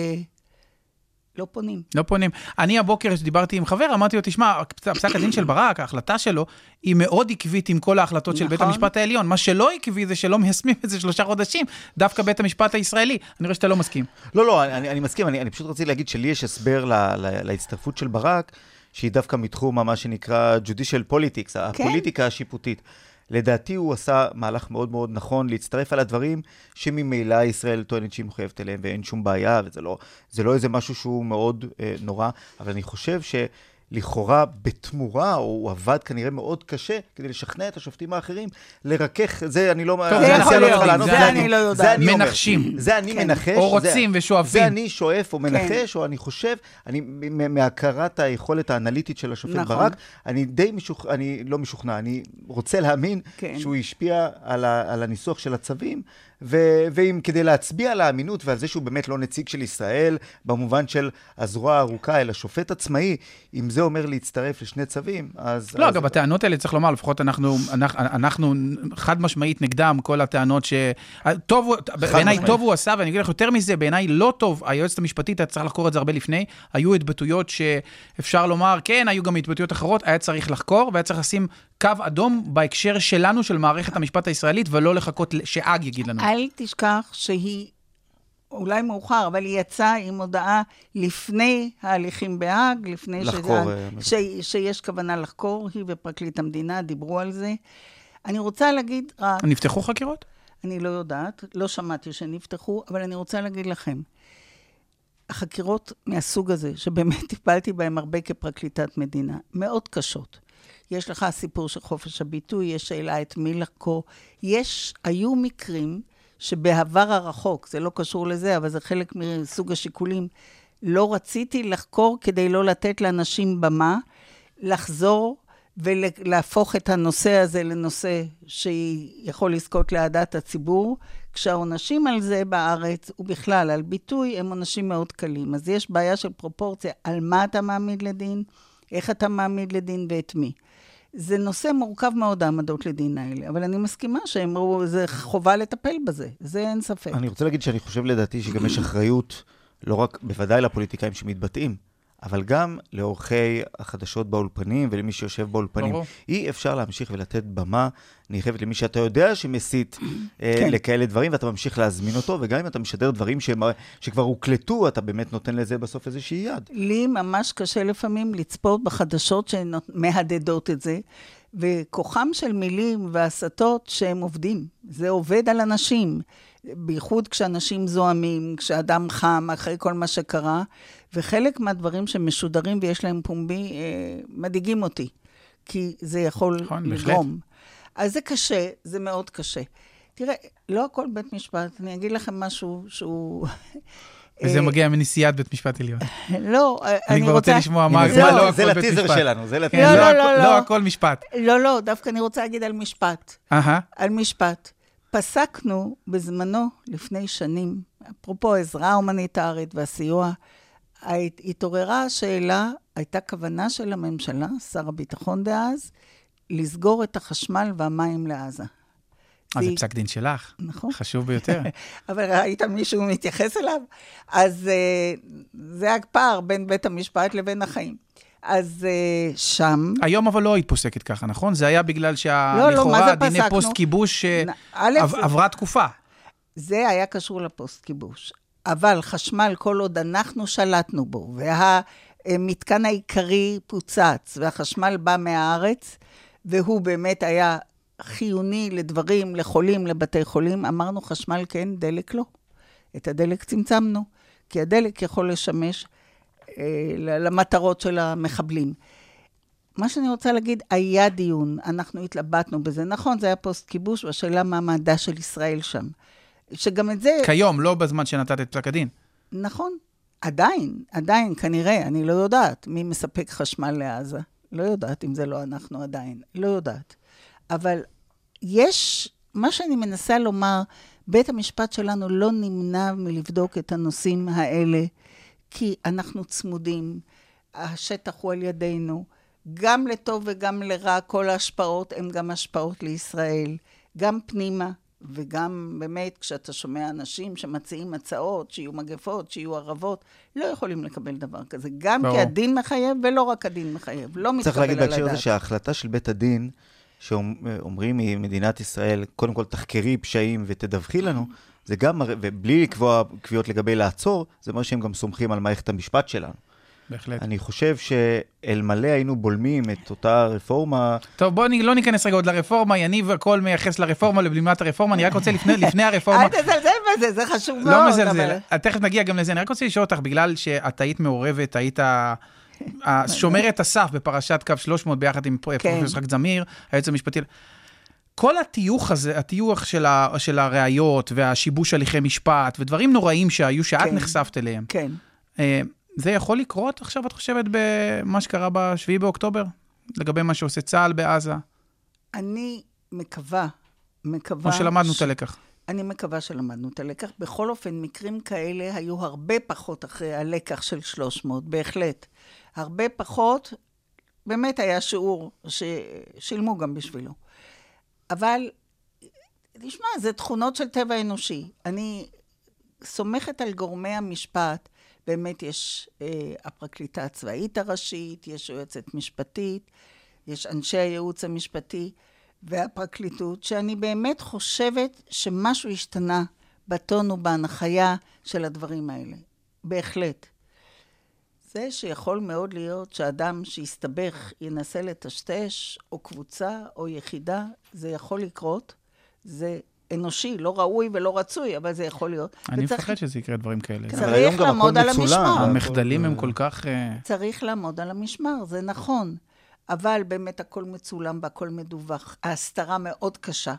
פונים. לא פונים. אני הבוקר שדיברתי עם חבר, אמרתי לו, תשמע, פסק הדין של ברק, ההחלטה שלו, היא מאוד עקבית עם כל ההחלטות נכון. של בית המשפט העליון. מה שלא עקבי זה שלא מיישמים את זה שלושה חודשים, דווקא בית המשפט הישראלי. אני רואה שאתה לא מסכים. לא, לא, אני, אני מסכים. אני, אני פשוט רציתי להגיד שלי יש הסבר לה, לה, להצטרפות של ברק, שהיא דווקא מתחום מה שנקרא judicial politics, כן. הפוליטיקה השיפוטית. לדעתי הוא עשה מהלך מאוד מאוד נכון להצטרף על הדברים שממילא ישראל טוענת שהיא מחויבת אליהם ואין שום בעיה, וזה לא, זה לא איזה משהו שהוא מאוד אה, נורא, אבל אני חושב שלכאורה בתמורה, או הוא עבד כנראה מאוד קשה כדי לשכנע את השופטים האחרים, לרכך, זה אני לא... טוב, זה, זה, לא לא לענות, זה, זה אני לא יודעת. מנחשים. זה אני כן. מנחש. או רוצים זה, ושואפים. זה אני שואף או מנחש, כן. או אני חושב, אני, מהכרת היכולת האנליטית של השופט נכון. ברק, אני די משוכנע, אני לא משוכנע, אני רוצה להאמין כן. שהוא השפיע על, ה, על הניסוח של הצווים, ו- ואם כדי להצביע על האמינות ועל זה שהוא באמת לא נציג של ישראל, במובן של הזרוע הארוכה, אלא שופט עצמאי, אם זה זה אומר להצטרף לשני צווים, אז... לא, אגב, הטענות האלה, צריך לומר, לפחות אנחנו, אנחנו חד משמעית נגדם, כל הטענות ש... טוב, בעיניי טוב הוא עשה, ואני אגיד לך יותר מזה, בעיניי לא טוב, היועצת המשפטית, היה צריך לחקור את זה הרבה לפני, היו התבטאויות שאפשר לומר, כן, היו גם התבטאויות אחרות, היה צריך לחקור, והיה צריך לשים קו אדום בהקשר שלנו, של מערכת המשפט הישראלית, ולא לחכות שאג יגיד לנו. אל תשכח שהיא אולי מאוחר, אבל היא יצאה עם הודעה לפני ההליכים בהאג, לפני לחקור, שזה, ש, שיש כוונה לחקור, היא ופרקליט המדינה דיברו על זה. אני רוצה להגיד רק... נפתחו חקירות? אני לא יודעת, לא שמעתי שנפתחו, אבל אני רוצה להגיד לכם, החקירות מהסוג הזה, שבאמת טיפלתי בהם הרבה כפרקליטת מדינה, מאוד קשות. יש לך הסיפור של חופש הביטוי, יש שאלה את מי לחקור, יש, היו מקרים שבעבר הרחוק, זה לא קשור לזה, אבל זה חלק מסוג השיקולים, לא רציתי לחקור כדי לא לתת לאנשים במה, לחזור ולהפוך את הנושא הזה לנושא שיכול לזכות להעדת הציבור, כשהעונשים על זה בארץ, ובכלל על ביטוי, הם עונשים מאוד קלים. אז יש בעיה של פרופורציה, על מה אתה מעמיד לדין, איך אתה מעמיד לדין ואת מי. זה נושא מורכב מאוד, העמדות לדין האלה, אבל אני מסכימה שהם ראו, זה חובה לטפל בזה, זה אין ספק. אני רוצה להגיד שאני חושב לדעתי שגם יש אחריות, לא רק בוודאי לפוליטיקאים שמתבטאים, אבל גם לאורחי החדשות באולפנים ולמי שיושב באולפנים. ברור. אי אפשר להמשיך ולתת במה נרחבת למי שאתה יודע שמסית כן. לכאלה דברים, ואתה ממשיך להזמין אותו, וגם אם אתה משדר דברים שהם, שכבר הוקלטו, אתה באמת נותן לזה בסוף איזושהי יד. לי ממש קשה לפעמים לצפות בחדשות שמהדדות את זה, וכוחם של מילים והסתות שהם עובדים. זה עובד על אנשים, בייחוד כשאנשים זוהמים, כשאדם חם, אחרי כל מה שקרה, וחלק מהדברים שמשודרים ויש להם פומבי, אה, מדאיגים אותי, כי זה יכול לגרום. אז זה קשה, זה מאוד קשה. תראה, לא הכל בית משפט, אני אגיד לכם משהו שהוא... וזה מגיע מנשיאת בית משפט עליון. לא, אני כבר רוצה לשמוע מה לא הכל בית משפט. זה לטיזר שלנו, זה לטיזר. לא, לא, לא. לא הכל משפט. לא, לא, דווקא אני רוצה להגיד על משפט. על משפט. פסקנו בזמנו, לפני שנים, אפרופו עזרה הומניטרית והסיוע, התעוררה השאלה, הייתה כוונה של הממשלה, שר הביטחון דאז, לסגור את החשמל והמים לעזה. אז זה פסק דין שלך. נכון. חשוב ביותר. אבל ראית מישהו מתייחס אליו? אז זה הפער בין בית המשפט לבין החיים. אז שם... היום אבל לא התפוסקת ככה, נכון? זה היה בגלל שהלכאורה דיני פוסט כיבוש עברה תקופה. זה היה קשור לפוסט כיבוש. אבל חשמל, כל עוד אנחנו שלטנו בו, והמתקן העיקרי פוצץ, והחשמל בא מהארץ, והוא באמת היה חיוני לדברים, לחולים, לבתי חולים, אמרנו חשמל כן, דלק לא. את הדלק צמצמנו, כי הדלק יכול לשמש אה, למטרות של המחבלים. מה שאני רוצה להגיד, היה דיון, אנחנו התלבטנו בזה, נכון, זה היה פוסט כיבוש, והשאלה מה המעמדה של ישראל שם. שגם את זה... כיום, לא בזמן שנתת את פסק הדין. נכון, עדיין, עדיין, כנראה, אני לא יודעת מי מספק חשמל לעזה. לא יודעת אם זה לא אנחנו עדיין, לא יודעת. אבל יש, מה שאני מנסה לומר, בית המשפט שלנו לא נמנע מלבדוק את הנושאים האלה, כי אנחנו צמודים, השטח הוא על ידינו, גם לטוב וגם לרע, כל ההשפעות הן גם השפעות לישראל, גם פנימה, וגם באמת כשאתה שומע אנשים שמציעים הצעות, שיהיו מגפות, שיהיו ערבות, לא יכולים לקבל דבר כזה. גם כי הדין מחייב ולא רק הדין מחייב. לא מתקבל על הדעת. צריך להגיד בהקשר הזה שההחלטה של בית הדין, שאומרים ממדינת ישראל, קודם כל תחקרי פשעים ותדווחי לנו, זה גם, ובלי לקבוע קביעות לגבי לעצור, זה אומר שהם גם סומכים על מערכת המשפט שלנו. בהחלט. אני חושב שאלמלא היינו בולמים את אותה רפורמה... טוב, בואו לא ניכנס רגע עוד לרפורמה, יניב הכל מייחס לרפורמה, לבלימת הרפורמה, אני רק רוצה לפני, לפני הרפורמה... אל תזלזל בזה, זה חשוב מאוד. לא מזלזל, תכף נגיע גם לזה, אני רק רוצה לשאול אותך, בגלל שאת היית מעורבת, היית שומרת הסף בפרשת קו שלוש מאות, ביחד עם פרופסור יצחק זמיר, היועץ המשפטי... כל הטיוח הזה, הטיוח של, ה, של הראיות והשיבוש הליכי משפט, ודברים נוראים שהיו, שאת כן, נחשפת אליהם. כן. זה יכול לקרות עכשיו, את חושבת, במה שקרה בשביעי באוקטובר? לגבי מה שעושה צה"ל בעזה? אני מקווה, מקווה... או שלמדנו ש... את הלקח? אני מקווה שלמדנו את הלקח. בכל אופן, מקרים כאלה היו הרבה פחות אחרי הלקח של שלוש מאות, בהחלט. הרבה פחות, באמת היה שיעור ששילמו גם בשבילו. אבל, תשמע, זה תכונות של טבע אנושי. אני סומכת על גורמי המשפט, באמת יש אה, הפרקליטה הצבאית הראשית, יש יועצת משפטית, יש אנשי הייעוץ המשפטי והפרקליטות, שאני באמת חושבת שמשהו השתנה בטון ובהנחיה של הדברים האלה. בהחלט. זה שיכול מאוד להיות שאדם שיסתבך ינסה לטשטש, או קבוצה, או יחידה, זה יכול לקרות. זה אנושי, לא ראוי ולא רצוי, אבל זה יכול להיות. אני וצריך... מפחד שזה יקרה דברים כאלה. צריך לעמוד על המשמר. המחדלים הם כל כך... צריך לעמוד על המשמר, זה נכון. אבל באמת הכל מצולם והכל מדווח. ההסתרה מאוד קשה.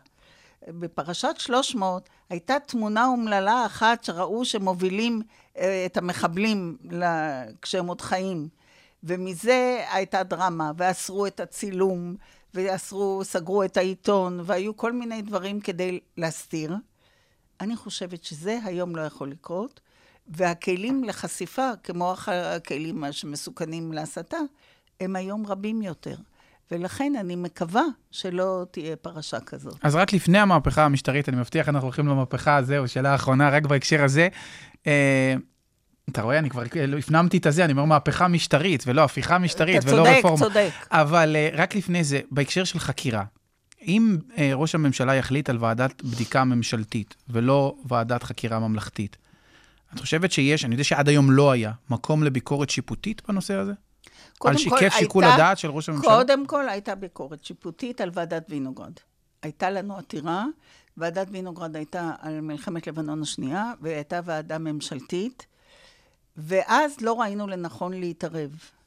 בפרשת שלוש מאות הייתה תמונה אומללה אחת שראו שמובילים את המחבלים כשהם עוד חיים. ומזה הייתה דרמה, ואסרו את הצילום, ואסרו, סגרו את העיתון, והיו כל מיני דברים כדי להסתיר. אני חושבת שזה היום לא יכול לקרות, והכלים לחשיפה, כמו הכלים שמסוכנים להסתה, הם היום רבים יותר. ולכן אני מקווה שלא תהיה פרשה כזאת. אז רק לפני המהפכה המשטרית, אני מבטיח, אנחנו הולכים למהפכה הזו, שאלה האחרונה, רק בהקשר הזה. אה, אתה רואה, אני כבר הפנמתי את הזה, אני אומר מהפכה משטרית, ולא הפיכה משטרית, ולא רפורמה. אתה צודק, צודק. אבל אה, רק לפני זה, בהקשר של חקירה, אם אה, ראש הממשלה יחליט על ועדת בדיקה ממשלתית, ולא ועדת חקירה ממלכתית, את חושבת שיש, אני יודע שעד היום לא היה, מקום לביקורת שיפוטית בנושא הזה? על שיקף שיקול הדעת של ראש הממשלה? קודם כל הייתה ביקורת שיפוטית על ועדת וינוגרד. הייתה לנו עתירה, ועדת וינוגרד הייתה על מלחמת לבנון השנייה, והייתה ועדה ממשלתית, ואז לא ראינו לנכון להתערב.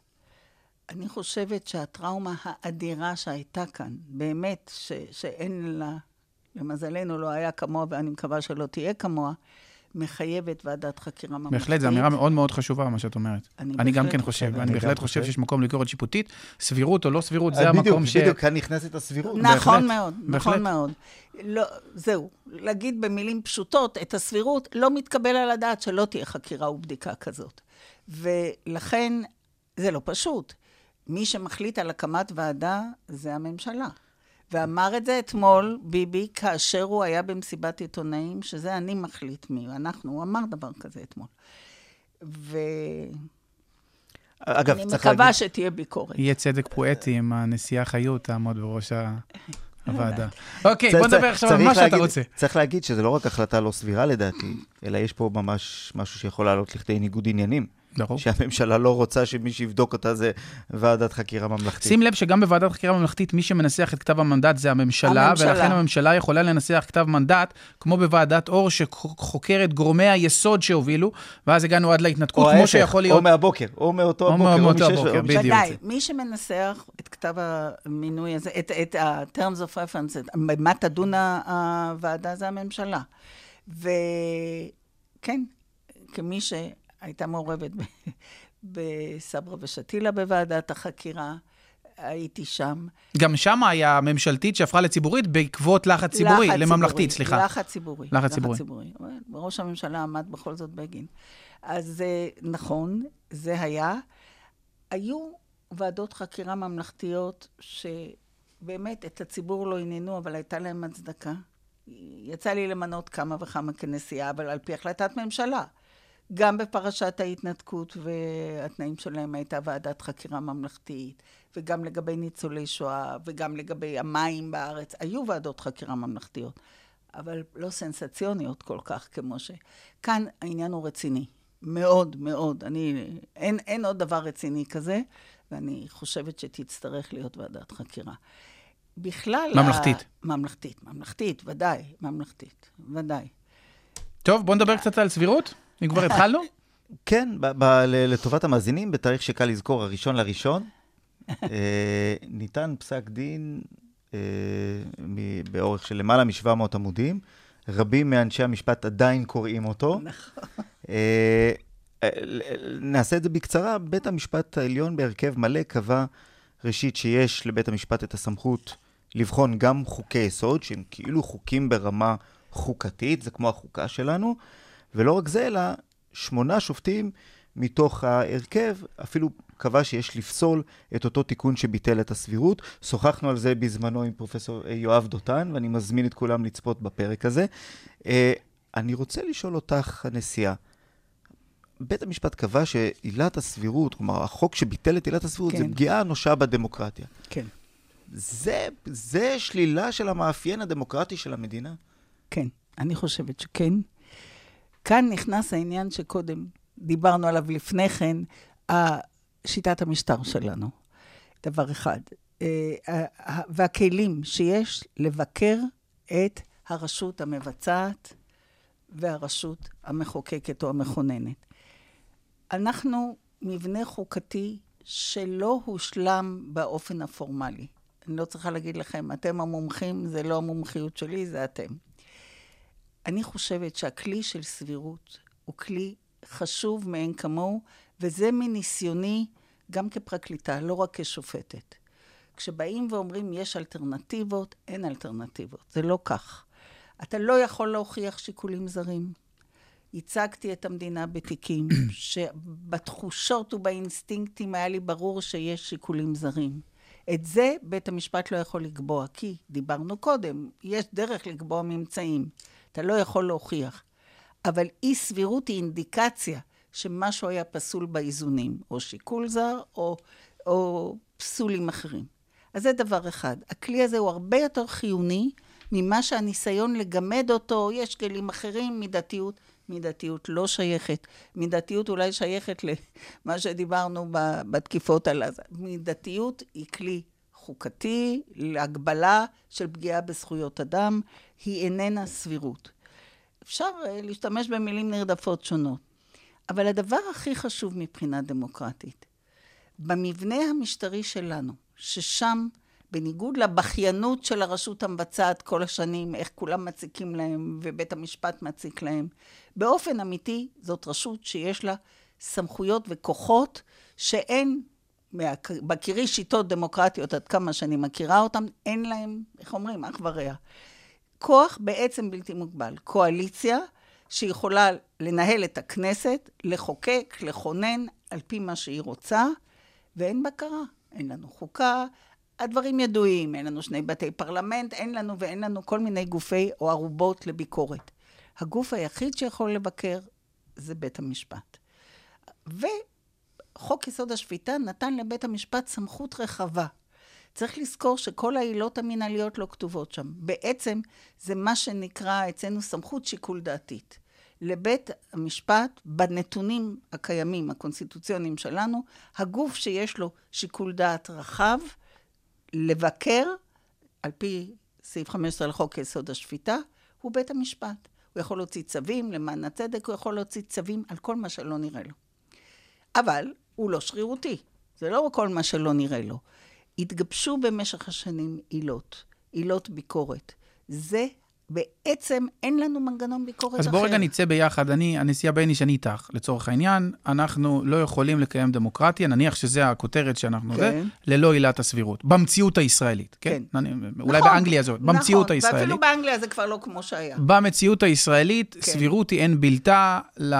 אני חושבת שהטראומה האדירה שהייתה כאן, באמת ש- שאין לה, למזלנו לא היה כמוה, ואני מקווה שלא תהיה כמוה, מחייבת ועדת חקירה ממלכתית. בהחלט, זו אמירה מאוד מאוד חשובה, מה שאת אומרת. אני, אני גם כן חושב, חושב. אני בהחלט חושב חושב שיש מקום לביקורת שיפוטית, סבירות או לא סבירות, זה בדיוק, המקום ש... בדיוק, כאן נכנסת הסבירות. נכון בהחלט, מאוד, בהחלט. נכון מאוד. לא, זהו, להגיד במילים פשוטות, את הסבירות לא מתקבל על הדעת שלא תהיה חקירה ובדיקה כזאת. ולכן זה לא פשוט. מי שמחליט על הקמת ועדה זה הממשלה. ואמר את זה אתמול, ביבי, כאשר הוא היה במסיבת עיתונאים, שזה אני מחליט מי, אנחנו, הוא אמר דבר כזה אתמול. ואני מקווה להגיד... שתהיה ביקורת. יהיה צדק פואטי עם הנשיאה חיות, תעמוד בראש הוועדה. אוקיי, בוא נדבר עכשיו על מה שאתה רוצה. צריך להגיד שזה לא רק החלטה לא סבירה לדעתי, אלא יש פה ממש משהו שיכול לעלות לכדי ניגוד עניינים. שהממשלה לא רוצה שמי שיבדוק אותה זה ועדת חקירה ממלכתית. שים לב שגם בוועדת חקירה ממלכתית, מי שמנסח את כתב המנדט זה הממשלה, הממשלה. ולכן הממשלה יכולה לנסח כתב מנדט, כמו בוועדת אור שחוקרת גורמי היסוד שהובילו, ואז הגענו עד להתנתקות, כמו שיכול להיות... או מהבוקר, או מאותו הבוקר, או מאותו הבוקר, בדיוק. ודאי, מי שמנסח את כתב המינוי הזה, את, את ה-terms of reference, במה תדון הוועדה זה הממשלה. וכן, כמי ש... הייתה מעורבת בסברה ושתילה בוועדת החקירה, הייתי שם. גם שם היה ממשלתית שהפכה לציבורית בעקבות לחץ ציבורי, לממלכתית, סליחה. לחץ ציבורי. לחץ ציבורי. ראש הממשלה עמד בכל זאת בגין. אז נכון, זה היה. היו ועדות חקירה ממלכתיות שבאמת את הציבור לא עניינו, אבל הייתה להם הצדקה. יצא לי למנות כמה וכמה כנסיעה, אבל על פי החלטת ממשלה. גם בפרשת ההתנתקות והתנאים שלהם הייתה ועדת חקירה ממלכתית, וגם לגבי ניצולי שואה, וגם לגבי המים בארץ, היו ועדות חקירה ממלכתיות, אבל לא סנסציוניות כל כך כמו ש... כאן העניין הוא רציני, מאוד מאוד, אני, אין, אין עוד דבר רציני כזה, ואני חושבת שתצטרך להיות ועדת חקירה. בכלל... ממלכתית. ה... ממלכתית, ממלכתית, ודאי, ממלכתית, ודאי. טוב, בוא נדבר קצת על סבירות. אם כבר התחלנו? כן, לטובת המאזינים, בתאריך שקל לזכור, הראשון לראשון, ניתן פסק דין באורך של למעלה מ-שבע מאות עמודים, רבים מאנשי המשפט עדיין קוראים אותו. נעשה את זה בקצרה, בית המשפט העליון בהרכב מלא קבע ראשית שיש לבית המשפט את הסמכות לבחון גם חוקי יסוד, שהם כאילו חוקים ברמה חוקתית, זה כמו החוקה שלנו, ולא רק זה, אלא שמונה שופטים מתוך ההרכב, אפילו קבע שיש לפסול את אותו תיקון שביטל את הסבירות. שוחחנו על זה בזמנו עם פרופסור יואב דותן, ואני מזמין את כולם לצפות בפרק הזה. אני רוצה לשאול אותך, הנשיאה, בית המשפט קבע שעילת הסבירות, כלומר, החוק שביטל את עילת הסבירות, כן. זה פגיעה אנושה בדמוקרטיה. כן. זה, זה שלילה של המאפיין הדמוקרטי של המדינה? כן, אני חושבת שכן. כאן נכנס העניין שקודם דיברנו עליו לפני כן, שיטת המשטר שלנו. דבר אחד. והכלים שיש לבקר את הרשות המבצעת והרשות המחוקקת או המכוננת. אנחנו מבנה חוקתי שלא הושלם באופן הפורמלי. אני לא צריכה להגיד לכם, אתם המומחים, זה לא המומחיות שלי, זה אתם. אני חושבת שהכלי של סבירות הוא כלי חשוב מאין כמוהו, וזה מניסיוני גם כפרקליטה, לא רק כשופטת. כשבאים ואומרים יש אלטרנטיבות, אין אלטרנטיבות. זה לא כך. אתה לא יכול להוכיח שיקולים זרים. ייצגתי את המדינה בתיקים, שבתחושות ובאינסטינקטים היה לי ברור שיש שיקולים זרים. את זה בית המשפט לא יכול לקבוע, כי דיברנו קודם, יש דרך לקבוע ממצאים. אתה לא יכול להוכיח. אבל אי סבירות היא אינדיקציה שמשהו היה פסול באיזונים, או שיקול זר, או, או פסולים אחרים. אז זה דבר אחד. הכלי הזה הוא הרבה יותר חיוני, ממה שהניסיון לגמד אותו, יש כלים אחרים, מידתיות, מידתיות לא שייכת. מידתיות אולי שייכת למה שדיברנו בתקיפות על עזה. מידתיות היא כלי חוקתי, להגבלה של פגיעה בזכויות אדם, היא איננה סבירות. אפשר להשתמש במילים נרדפות שונות. אבל הדבר הכי חשוב מבחינה דמוקרטית, במבנה המשטרי שלנו, ששם, בניגוד לבחיינות של הרשות המבצעת כל השנים, איך כולם מציקים להם ובית המשפט מציק להם, באופן אמיתי זאת רשות שיש לה סמכויות וכוחות שאין, מכירי שיטות דמוקרטיות עד כמה שאני מכירה אותם, אין להם, איך אומרים, אח ורע. כוח בעצם בלתי מוגבל, קואליציה שיכולה לנהל את הכנסת, לחוקק, לכונן על פי מה שהיא רוצה, ואין בקרה, אין לנו חוקה, הדברים ידועים, אין לנו שני בתי פרלמנט, אין לנו ואין לנו כל מיני גופי או ערובות לביקורת. הגוף היחיד שיכול לבקר זה בית המשפט. וחוק יסוד השפיטה נתן לבית המשפט סמכות רחבה. צריך לזכור שכל העילות המנהליות לא כתובות שם. בעצם זה מה שנקרא אצלנו סמכות שיקול דעתית. לבית המשפט, בנתונים הקיימים, הקונסטיטוציוניים שלנו, הגוף שיש לו שיקול דעת רחב, לבקר, על פי סעיף חמש עשרה לחוק יסוד השפיטה, הוא בית המשפט. הוא יכול להוציא צווים למען הצדק, הוא יכול להוציא צווים על כל מה שלא נראה לו. אבל הוא לא שרירותי. זה לא כל מה שלא נראה לו. התגבשו במשך השנים עילות, עילות ביקורת. זה בעצם אין לנו מנגנון ביקורת אחר. אז בוא רגע נצא ביחד, אני, הנשיאה בייניש, אני איתך, לצורך העניין, אנחנו לא יכולים לקיים דמוקרטיה, נניח שזה הכותרת שאנחנו כן. זה, ללא עילת הסבירות, במציאות הישראלית, כן? כן. אני, אולי נכון, באנגליה זאת, נכון, במציאות הישראלית. ואפילו באנגליה זה כבר לא כמו שהיה. במציאות הישראלית, כן. סבירות היא אין בלתה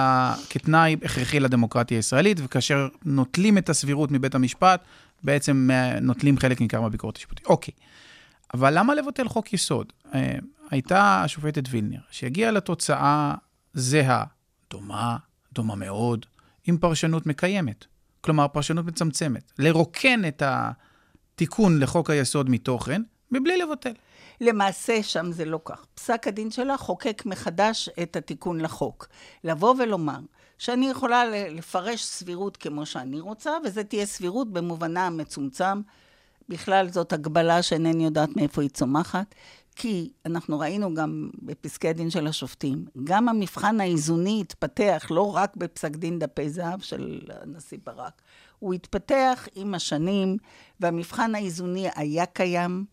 כתנאי הכרחי לדמוקרטיה הישראלית, וכאשר נוטלים את הסבירות מבית המשפט, בעצם נוטלים חלק ניכר מהביקורת השיפוטית. אוקיי. אבל למה לבטל חוק יסוד? הייתה השופטת וילנר, שהגיעה לתוצאה זהה, דומה, דומה מאוד, עם פרשנות מקיימת. כלומר, פרשנות מצמצמת. לרוקן את התיקון לחוק היסוד מתוכן, מבלי לבטל. למעשה שם זה לא כך. פסק הדין שלה חוקק מחדש את התיקון לחוק. לבוא ולומר שאני יכולה לפרש סבירות כמו שאני רוצה, וזה תהיה סבירות במובנה המצומצם. בכלל זאת הגבלה שאינני יודעת מאיפה היא צומחת, כי אנחנו ראינו גם בפסקי הדין של השופטים, גם המבחן האיזוני התפתח לא רק בפסק דין דפי זהב של הנשיא ברק, הוא התפתח עם השנים, והמבחן האיזוני היה קיים.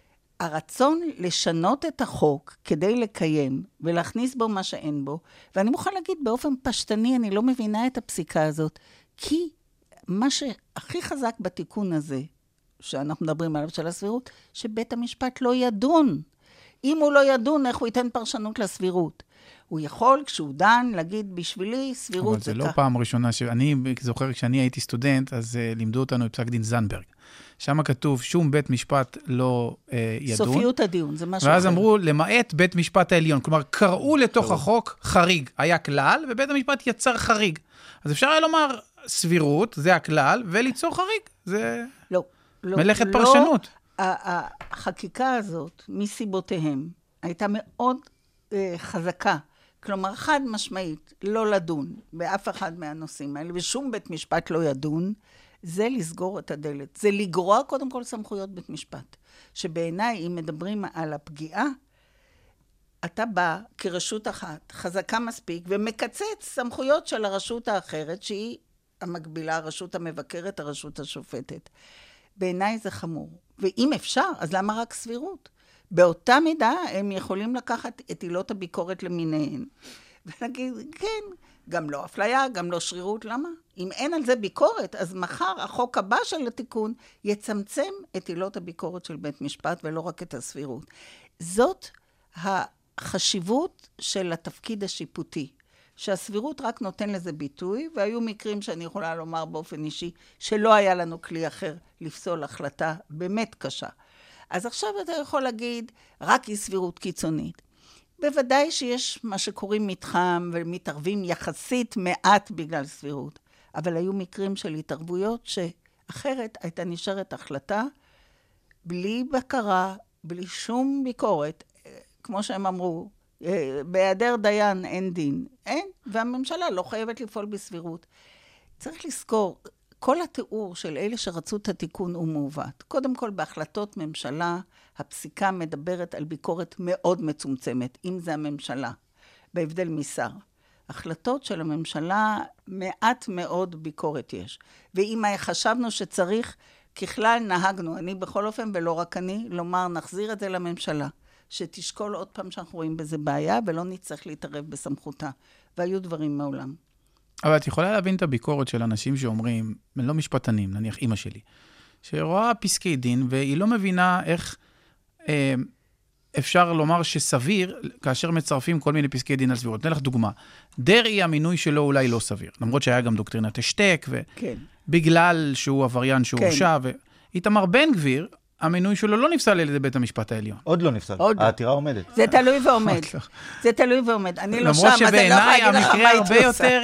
הרצון לשנות את החוק כדי לקיים ולהכניס בו מה שאין בו, ואני מוכן להגיד באופן פשטני, אני לא מבינה את הפסיקה הזאת, כי מה שהכי חזק בתיקון הזה, שאנחנו מדברים עליו של הסבירות, שבית המשפט לא ידון. אם הוא לא ידון, איך הוא ייתן פרשנות לסבירות? הוא יכול, כשהוא דן, להגיד בשבילי, סבירות זה. אבל זה לא פעם ראשונה, שאני זוכר, כשאני הייתי סטודנט, אז uh, לימדו אותנו את פסק דין זנדברג. שם כתוב, שום בית משפט לא uh, ידון. סופיות הדיון, זה משהו ואז אחר. אמרו, למעט בית משפט העליון. כלומר, קראו לתוך החוק חריג. היה כלל, ובית המשפט יצר חריג. אז אפשר היה לומר, סבירות, זה הכלל, וליצור חריג. זה לא, לא, מלאכת לא, פרשנות. החקיקה הזאת, מסיבותיהם, הייתה מאוד אה, חזקה. כלומר, חד משמעית, לא לדון באף אחד מהנושאים האלה, ושום בית משפט לא ידון, זה לסגור את הדלת. זה לגרוע קודם כל סמכויות בית משפט. שבעיניי, אם מדברים על הפגיעה, אתה בא כרשות אחת, חזקה מספיק, ומקצץ סמכויות של הרשות האחרת, שהיא המקבילה, הרשות המבקרת, הרשות השופטת. בעיניי זה חמור. ואם אפשר, אז למה רק סבירות? באותה מידה הם יכולים לקחת את עילות הביקורת למיניהן. ונגיד, כן, גם לא אפליה, גם לא שרירות, למה? אם אין על זה ביקורת, אז מחר החוק הבא של התיקון יצמצם את עילות הביקורת של בית משפט, ולא רק את הסבירות. זאת החשיבות של התפקיד השיפוטי, שהסבירות רק נותן לזה ביטוי, והיו מקרים שאני יכולה לומר באופן אישי, שלא היה לנו כלי אחר לפסול החלטה באמת קשה. אז עכשיו אתה יכול להגיד, רק היא סבירות קיצונית. בוודאי שיש מה שקוראים מתחם, ומתערבים יחסית מעט בגלל סבירות. אבל היו מקרים של התערבויות, שאחרת הייתה נשארת החלטה, בלי בקרה, בלי שום ביקורת, כמו שהם אמרו, בהיעדר דיין אין דין. אין, והממשלה לא חייבת לפעול בסבירות. צריך לזכור, כל התיאור של אלה שרצו את התיקון הוא מעוות. קודם כל, בהחלטות ממשלה, הפסיקה מדברת על ביקורת מאוד מצומצמת, אם זה הממשלה, בהבדל משר. החלטות של הממשלה, מעט מאוד ביקורת יש. ואם חשבנו שצריך, ככלל נהגנו, אני בכל אופן, ולא רק אני, לומר, נחזיר את זה לממשלה, שתשקול עוד פעם שאנחנו רואים בזה בעיה, ולא נצטרך להתערב בסמכותה. והיו דברים מעולם. אבל את יכולה להבין את הביקורת של אנשים שאומרים, לא משפטנים, נניח אמא שלי, שרואה פסקי דין, והיא לא מבינה איך אה, אפשר לומר שסביר, כאשר מצרפים כל מיני פסקי דין על סבירות. נתן לך דוגמה. דרעי, המינוי שלו אולי לא סביר, למרות שהיה גם דוקטרינת השתק, ובגלל כן. שהוא עבריין שהוא הורשע, כן. ואיתמר בן גביר, המינוי שלו לא נפסל על ידי בית המשפט העליון. עוד לא נפסל, העתירה עומדת. זה תלוי ועומד. זה תלוי ועומד. אני לא שם, למרות שבעיניי המקרה הרבה יותר...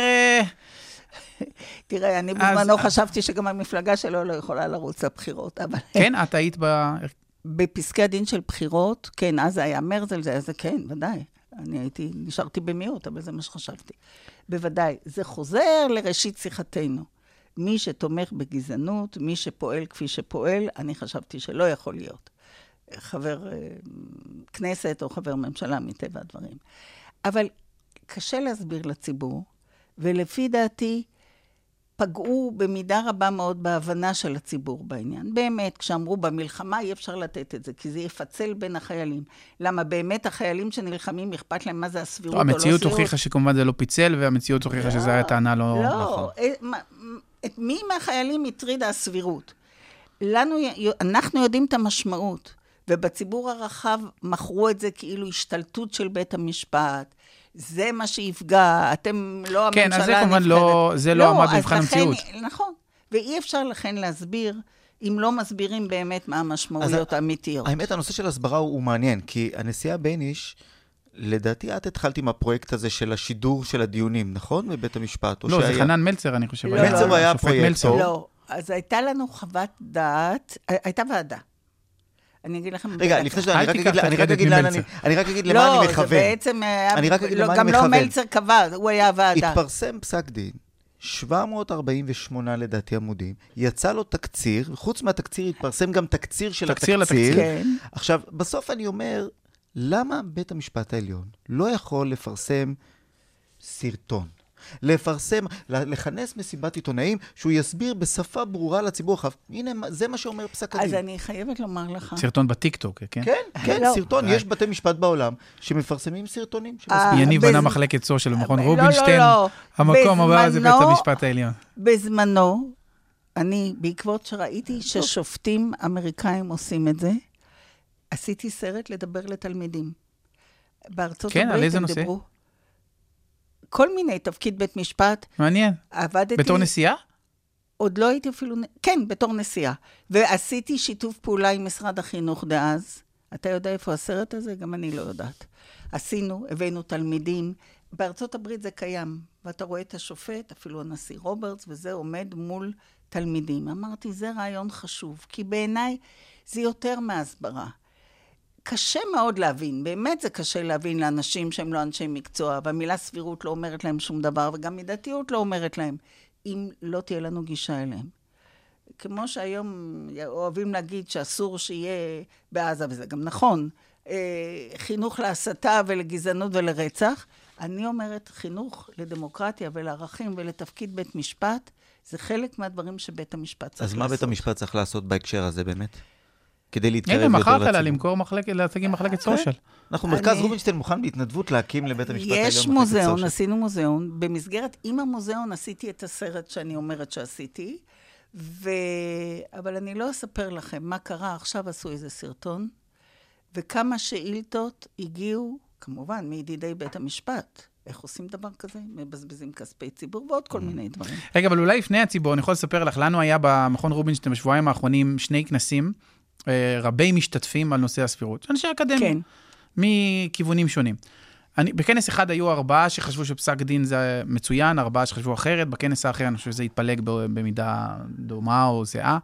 תראה, אני בזמנו חשבתי שגם המפלגה שלו לא יכולה לרוץ לבחירות, אבל... כן, את היית ב... בפסקי הדין של בחירות, כן, אז זה היה מרזל, זה היה זה, כן, ודאי. אני הייתי, נשארתי במיעוט, אבל זה מה שחשבתי. בוודאי, זה חוזר לראשית שיחתנו. מי שתומך בגזענות, מי שפועל כפי שפועל, אני חשבתי שלא יכול להיות חבר כנסת או חבר ממשלה מטבע הדברים. אבל קשה להסביר לציבור, ולפי דעתי פגעו במידה רבה מאוד בהבנה של הציבור בעניין. באמת, כשאמרו במלחמה אי אפשר לתת את זה, כי זה יפצל בין החיילים. למה באמת החיילים שנלחמים אכפת להם מה זה הסבירות או לא סבירות? המציאות הוכיחה שכמובן זה לא פיצל, והמציאות הוכיחה שזה היה טענה לא... לא, את מי מהחיילים הטרידה הסבירות? לנו, אנחנו יודעים את המשמעות, ובציבור הרחב מכרו את זה כאילו השתלטות של בית המשפט, זה מה שיפגע, אתם לא כן, הממשלה אז זה כמובן לא, זה לא, לא עמד במבחן המציאות. נכון, ואי אפשר לכן להסביר, אם לא מסבירים באמת מה המשמעויות האמיתיות. האמת, הנושא של הסברה הוא, הוא מעניין, כי הנשיאה בייניש, לדעתי את התחלת עם הפרויקט הזה של השידור של הדיונים, נכון? בבית המשפט. לא, זה שהיה... חנן מלצר, אני חושב. לא, מלצר לא, היה הפרויקטור. לא, אז הייתה לנו חוות דעת, הייתה ועדה. אני אגיד לכם... רגע, לפני שזה, אני רק אגיד לאן אני... אני רק אגיד למה אני מכוון. לא, זה בעצם... גם לא מלצר קבע, הוא היה ועדה. התפרסם פסק דין, שבע מאות ארבעים ושמונה לדעתי עמודים, יצא לו תקציר, חוץ מהתקציר התפרסם גם תקציר של התקציר. לתקציר. עכשיו, בסוף אני אומר, למה בית המשפט העליון לא יכול לפרסם סרטון? לפרסם, לכנס מסיבת עיתונאים, שהוא יסביר בשפה ברורה לציבור החב. הנה, זה מה שאומר פסק הדין. אז אני חייבת לומר לך. סרטון בטיקטוק, כן? כן, כן, סרטון. יש בתי משפט בעולם שמפרסמים סרטונים. יניב בנה מחלקת סו של מכון רובינשטיין. המקום הבא זה בית המשפט העליון. בזמנו, אני, בעקבות שראיתי ששופטים אמריקאים עושים את זה, עשיתי סרט לדבר לתלמידים. בארצות הברית הם דיברו. כל מיני תפקיד בית משפט. מעניין. עבדתי... בתור נשיאה? עוד לא הייתי אפילו... כן, בתור נשיאה. ועשיתי שיתוף פעולה עם משרד החינוך דאז. אתה יודע איפה הסרט הזה? גם אני לא יודעת. עשינו, הבאנו תלמידים. בארצות הברית זה קיים. ואתה רואה את השופט, אפילו הנשיא רוברטס, וזה עומד מול תלמידים. אמרתי, זה רעיון חשוב, כי בעיניי זה יותר מהסברה. קשה מאוד להבין, באמת זה קשה להבין לאנשים שהם לא אנשי מקצוע, והמילה סבירות לא אומרת להם שום דבר, וגם מידתיות לא אומרת להם, אם לא תהיה לנו גישה אליהם. כמו שהיום אוהבים להגיד שאסור שיהיה בעזה, וזה גם נכון, חינוך להסתה ולגזענות ולרצח, אני אומרת חינוך לדמוקרטיה ולערכים ולתפקיד בית משפט, זה חלק מהדברים שבית המשפט צריך לעשות. אז מה בית המשפט צריך לעשות בהקשר הזה באמת? כדי להתקרב יותר לציבור. לציבור. הנה, מחרת לה למכור מחלקת, להציג מחלקת סושיאל. אנחנו מרכז רובינשטיין מוכן בהתנדבות להקים לבית המשפט העליון מחלקת יש סושיאל. מוזיאון, עשינו מוזיאון. במסגרת, עם המוזיאון עשיתי את הסרט שאני אומרת שעשיתי, ו... אבל אני לא אספר לכם מה קרה. עכשיו עשו איזה סרטון, וכמה שאילתות הגיעו, כמובן, מידידי בית המשפט. איך עושים דבר כזה? מבזבזים כספי ציבור ועוד כל מיני דברים. רגע, אבל אולי לפני הציבור, אני יכול לספר לך, לנו היה במכון רובינשטיין בשבועיים האחרונים שני כנסים, רבי משתתפים על נושא הספירות. אנשי אקדמיה. כן. מכיוונים שונים. אני, בכנס אחד היו ארבעה שחשבו שפסק דין זה מצוין, ארבעה שחשבו אחרת, בכנס האחר אני חושב שזה יתפלג במידה דומה או זהה.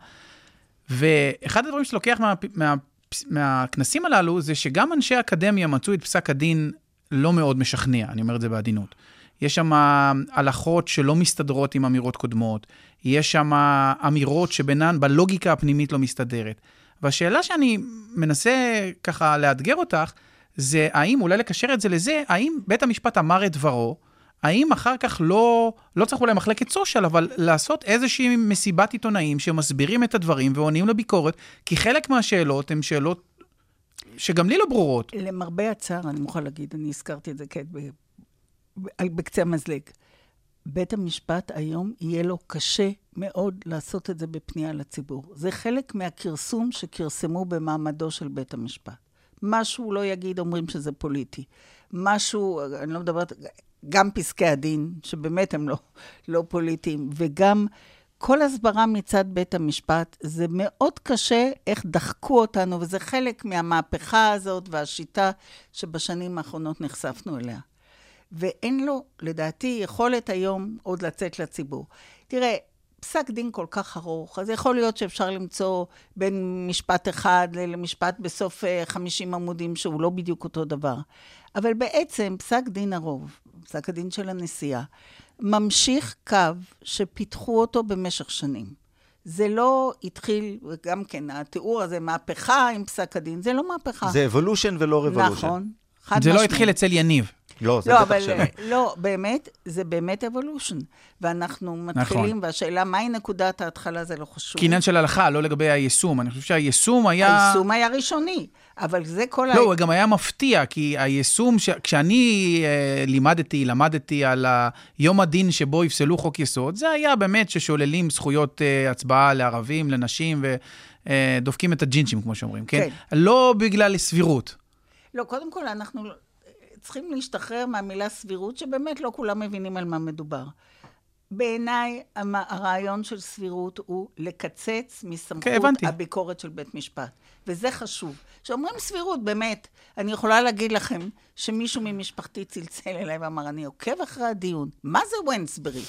ואחד הדברים שלוקח מה, מה, מהכנסים הללו, זה שגם אנשי אקדמיה מצאו את פסק הדין לא מאוד משכנע, אני אומר את זה בעדינות. יש שם הלכות שלא מסתדרות עם אמירות קודמות, יש שם אמירות שבינן בלוגיקה הפנימית לא מסתדרת. והשאלה שאני מנסה ככה לאתגר אותך, זה האם, אולי לקשר את זה לזה, האם בית המשפט אמר את דברו, האם אחר כך לא, לא צריך אולי מחלקת סושיאל, אבל לעשות איזושהי מסיבת עיתונאים שמסבירים את הדברים ועונים לביקורת, כי חלק מהשאלות הן שאלות שגם לי לא ברורות. למרבה הצער, אני מוכרחה להגיד, אני הזכרתי את זה כעת בקצה המזלג. בית המשפט היום יהיה לו קשה מאוד לעשות את זה בפנייה לציבור. זה חלק מהכרסום שכרסמו במעמדו של בית המשפט. משהו לא יגיד, אומרים שזה פוליטי. משהו, אני לא מדברת, גם פסקי הדין, שבאמת הם לא, לא פוליטיים, וגם כל הסברה מצד בית המשפט, זה מאוד קשה איך דחקו אותנו, וזה חלק מהמהפכה הזאת והשיטה שבשנים האחרונות נחשפנו אליה. ואין לו, לדעתי, יכולת היום עוד לצאת לציבור. תראה, פסק דין כל כך ארוך, אז יכול להיות שאפשר למצוא בין משפט אחד למשפט בסוף חמישים עמודים, שהוא לא בדיוק אותו דבר. אבל בעצם פסק דין הרוב, פסק הדין של הנשיאה, ממשיך קו שפיתחו אותו במשך שנים. זה לא התחיל, גם כן, התיאור הזה, מהפכה עם פסק הדין, זה לא מהפכה. זה אבולושן ולא רבולושן. נכון. זה לא התחיל אצל יניב. לא, זה לא, בטח אבל, שלא. לא, באמת, זה באמת אבולושן. ואנחנו מתחילים, נכון. והשאלה, מהי נקודת ההתחלה, זה לא חשוב. כעניין של הלכה, לא לגבי היישום. אני חושב שהיישום היה... היישום היה ראשוני, אבל זה כל... לא, הוא גם היה מפתיע, כי היישום, ש... כשאני אה, לימדתי, למדתי על יום הדין שבו יפסלו חוק יסוד, זה היה באמת ששוללים זכויות אה, הצבעה לערבים, לנשים, ודופקים אה, את הג'ינצ'ים, כמו שאומרים, כן? כן? לא בגלל סבירות. לא, קודם כל, אנחנו צריכים להשתחרר מהמילה סבירות, שבאמת לא כולם מבינים על מה מדובר. בעיניי, הרעיון של סבירות הוא לקצץ מסמכות okay, הביקורת של בית משפט. וזה חשוב. שאומרים סבירות, באמת, אני יכולה להגיד לכם שמישהו ממשפחתי צלצל אליי ואמר, אני עוקב אחרי הדיון. מה זה ווינסברי?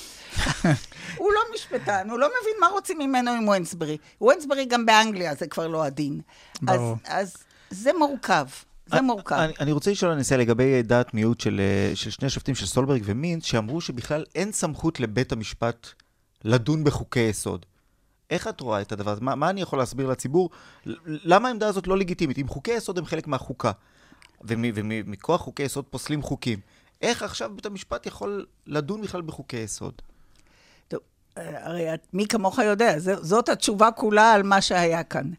הוא לא משפטן, הוא לא מבין מה רוצים ממנו עם ווינסברי. ווינסברי גם באנגליה, זה כבר לא הדין. אז, אז זה מורכב. זה מורכב. אני, אני רוצה לשאול הנשיאה לגבי דעת מיעוט של, של שני השופטים של סולברג ומינץ, שאמרו שבכלל אין סמכות לבית המשפט לדון בחוקי יסוד. איך את רואה את הדבר הזה? מה, מה אני יכול להסביר לציבור? למה העמדה הזאת לא לגיטימית? אם חוקי יסוד הם חלק מהחוקה, ומכוח חוקי יסוד פוסלים חוקים, איך עכשיו בית המשפט יכול לדון בכלל בחוקי יסוד? טוב, הרי מי כמוך יודע, זאת התשובה כולה על מה שהיה כאן.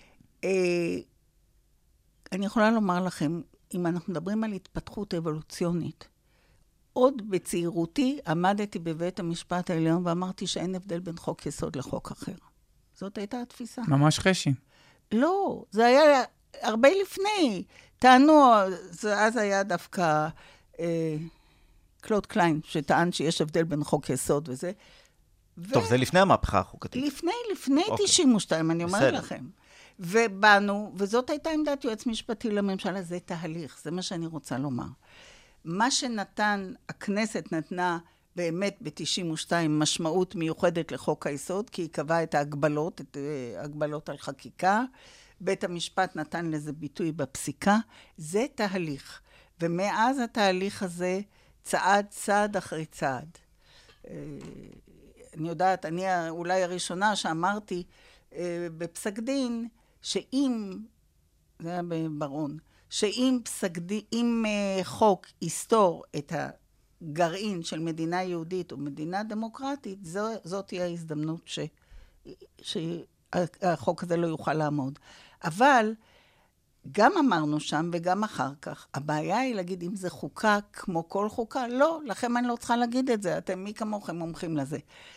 אני יכולה לומר לכם, אם אנחנו מדברים על התפתחות אבולוציונית, עוד בצעירותי עמדתי בבית המשפט העליון ואמרתי שאין הבדל בין חוק יסוד לחוק אחר. זאת הייתה התפיסה. ממש חשי. לא, זה היה הרבה לפני. טענו, אז היה דווקא אה, קלוד קליין, שטען שיש הבדל בין חוק יסוד וזה. טוב, ו... זה לפני המהפכה החוקתית. לפני, לפני אוקיי. תשעים ושתיים, אני אומרת בסדר. לכם. ובאנו, וזאת הייתה עמדת יועץ משפטי לממשלה, זה תהליך, זה מה שאני רוצה לומר. מה שנתן, הכנסת נתנה באמת ב-תשעים ושתיים משמעות מיוחדת לחוק היסוד, כי היא קבעה את ההגבלות, את ההגבלות על חקיקה, בית המשפט נתן לזה ביטוי בפסיקה, זה תהליך. ומאז התהליך הזה צעד צעד אחרי צעד. אני יודעת, אני אולי הראשונה שאמרתי בפסק דין, שאם, זה היה בברון, שאם פסק דין, אם חוק יסתור את הגרעין של מדינה יהודית או מדינה דמוקרטית, זו, זאת תהיה ההזדמנות ש, שהחוק הזה לא יוכל לעמוד. אבל גם אמרנו שם וגם אחר כך, הבעיה היא להגיד אם זה חוקה כמו כל חוקה, לא, לכם אני לא צריכה להגיד את זה, אתם מי כמוכם מומחים לזה.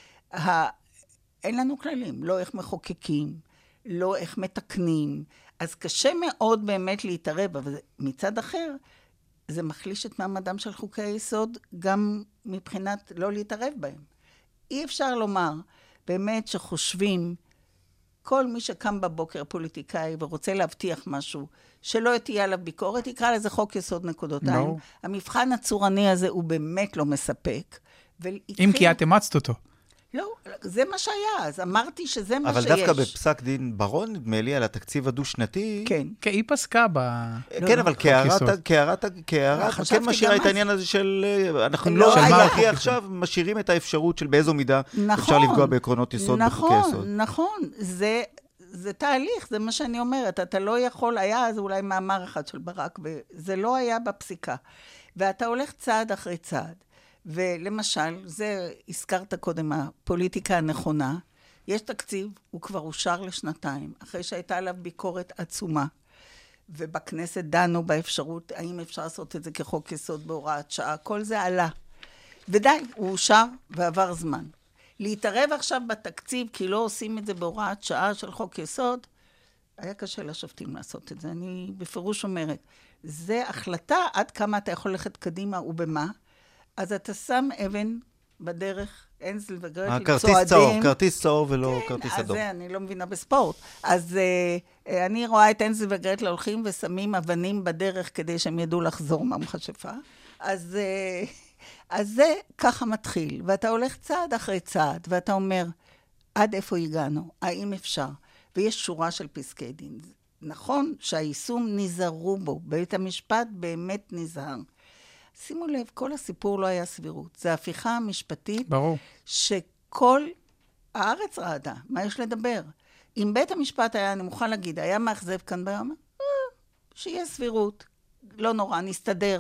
אין לנו כללים, לא איך מחוקקים, לא איך מתקנים, אז קשה מאוד באמת להתערב, אבל מצד אחר, זה מחליש את מעמדם של חוקי היסוד, גם מבחינת לא להתערב בהם. אי אפשר לומר, באמת שחושבים, כל מי שקם בבוקר פוליטיקאי ורוצה להבטיח משהו, שלא תהיה עליו ביקורת, יקרא לזה חוק יסוד נקודותיים. No. המבחן הצורני הזה הוא באמת לא מספק. אם כי את אמצת אותו. לא, זה מה שהיה, אז אמרתי שזה מה אבל שיש. אבל דווקא בפסק דין ברון, נדמה לי, על התקציב הדו-שנתי... כן. כי היא פסקה ב... כן, אבל כהערת, כן משאירה את העניין הזה של... אנחנו לא הכי עכשיו משאירים את האפשרות של באיזו מידה אפשר לפגוע בעקרונות יסוד בחוקי יסוד. נכון, נכון. זה... זה תהליך, זה מה שאני אומרת. אתה לא יכול, היה אז אולי מאמר אחד של ברק, וזה לא היה בפסיקה. ואתה הולך צעד אחרי צעד. ולמשל, זה הזכרת קודם, הפוליטיקה הנכונה, יש תקציב, הוא כבר אושר לשנתיים, אחרי שהייתה עליו ביקורת עצומה, ובכנסת דנו באפשרות, האם אפשר לעשות את זה כחוק יסוד בהוראת שעה, כל זה עלה. ודי, הוא אושר ועבר זמן. להתערב עכשיו בתקציב, כי לא עושים את זה בהוראת שעה של חוק יסוד, היה קשה לשופטים לעשות את זה. אני בפירוש אומרת, זה החלטה עד כמה אתה יכול ללכת קדימה ובמה, אז אתה שם אבן בדרך, אנזל וגרטל צועדים. כרטיס צהוב, כרטיס צהוב ולא כן, כרטיס אז אדום. זה, אני לא מבינה בספורט. אז uh, אני רואה את אנזל וגרטל הולכים ושמים אבנים בדרך כדי שהם ידעו לחזור מהמכשפה. אז, uh, אז זה ככה מתחיל, ואתה הולך צעד אחרי צעד, ואתה אומר, עד איפה הגענו? האם אפשר? ויש שורה של פסקי דין. נכון שהיישום נזהרו בו, בית המשפט באמת נזהר. שימו לב, כל הסיפור לא היה סבירות. זה הפיכה המשפטית. ברור. שכל הארץ רעדה. מה יש לדבר? אם בית המשפט היה, אני מוכן להגיד, היה מאכזב כאן ביום, אה, שיהיה סבירות. לא נורא, נסתדר.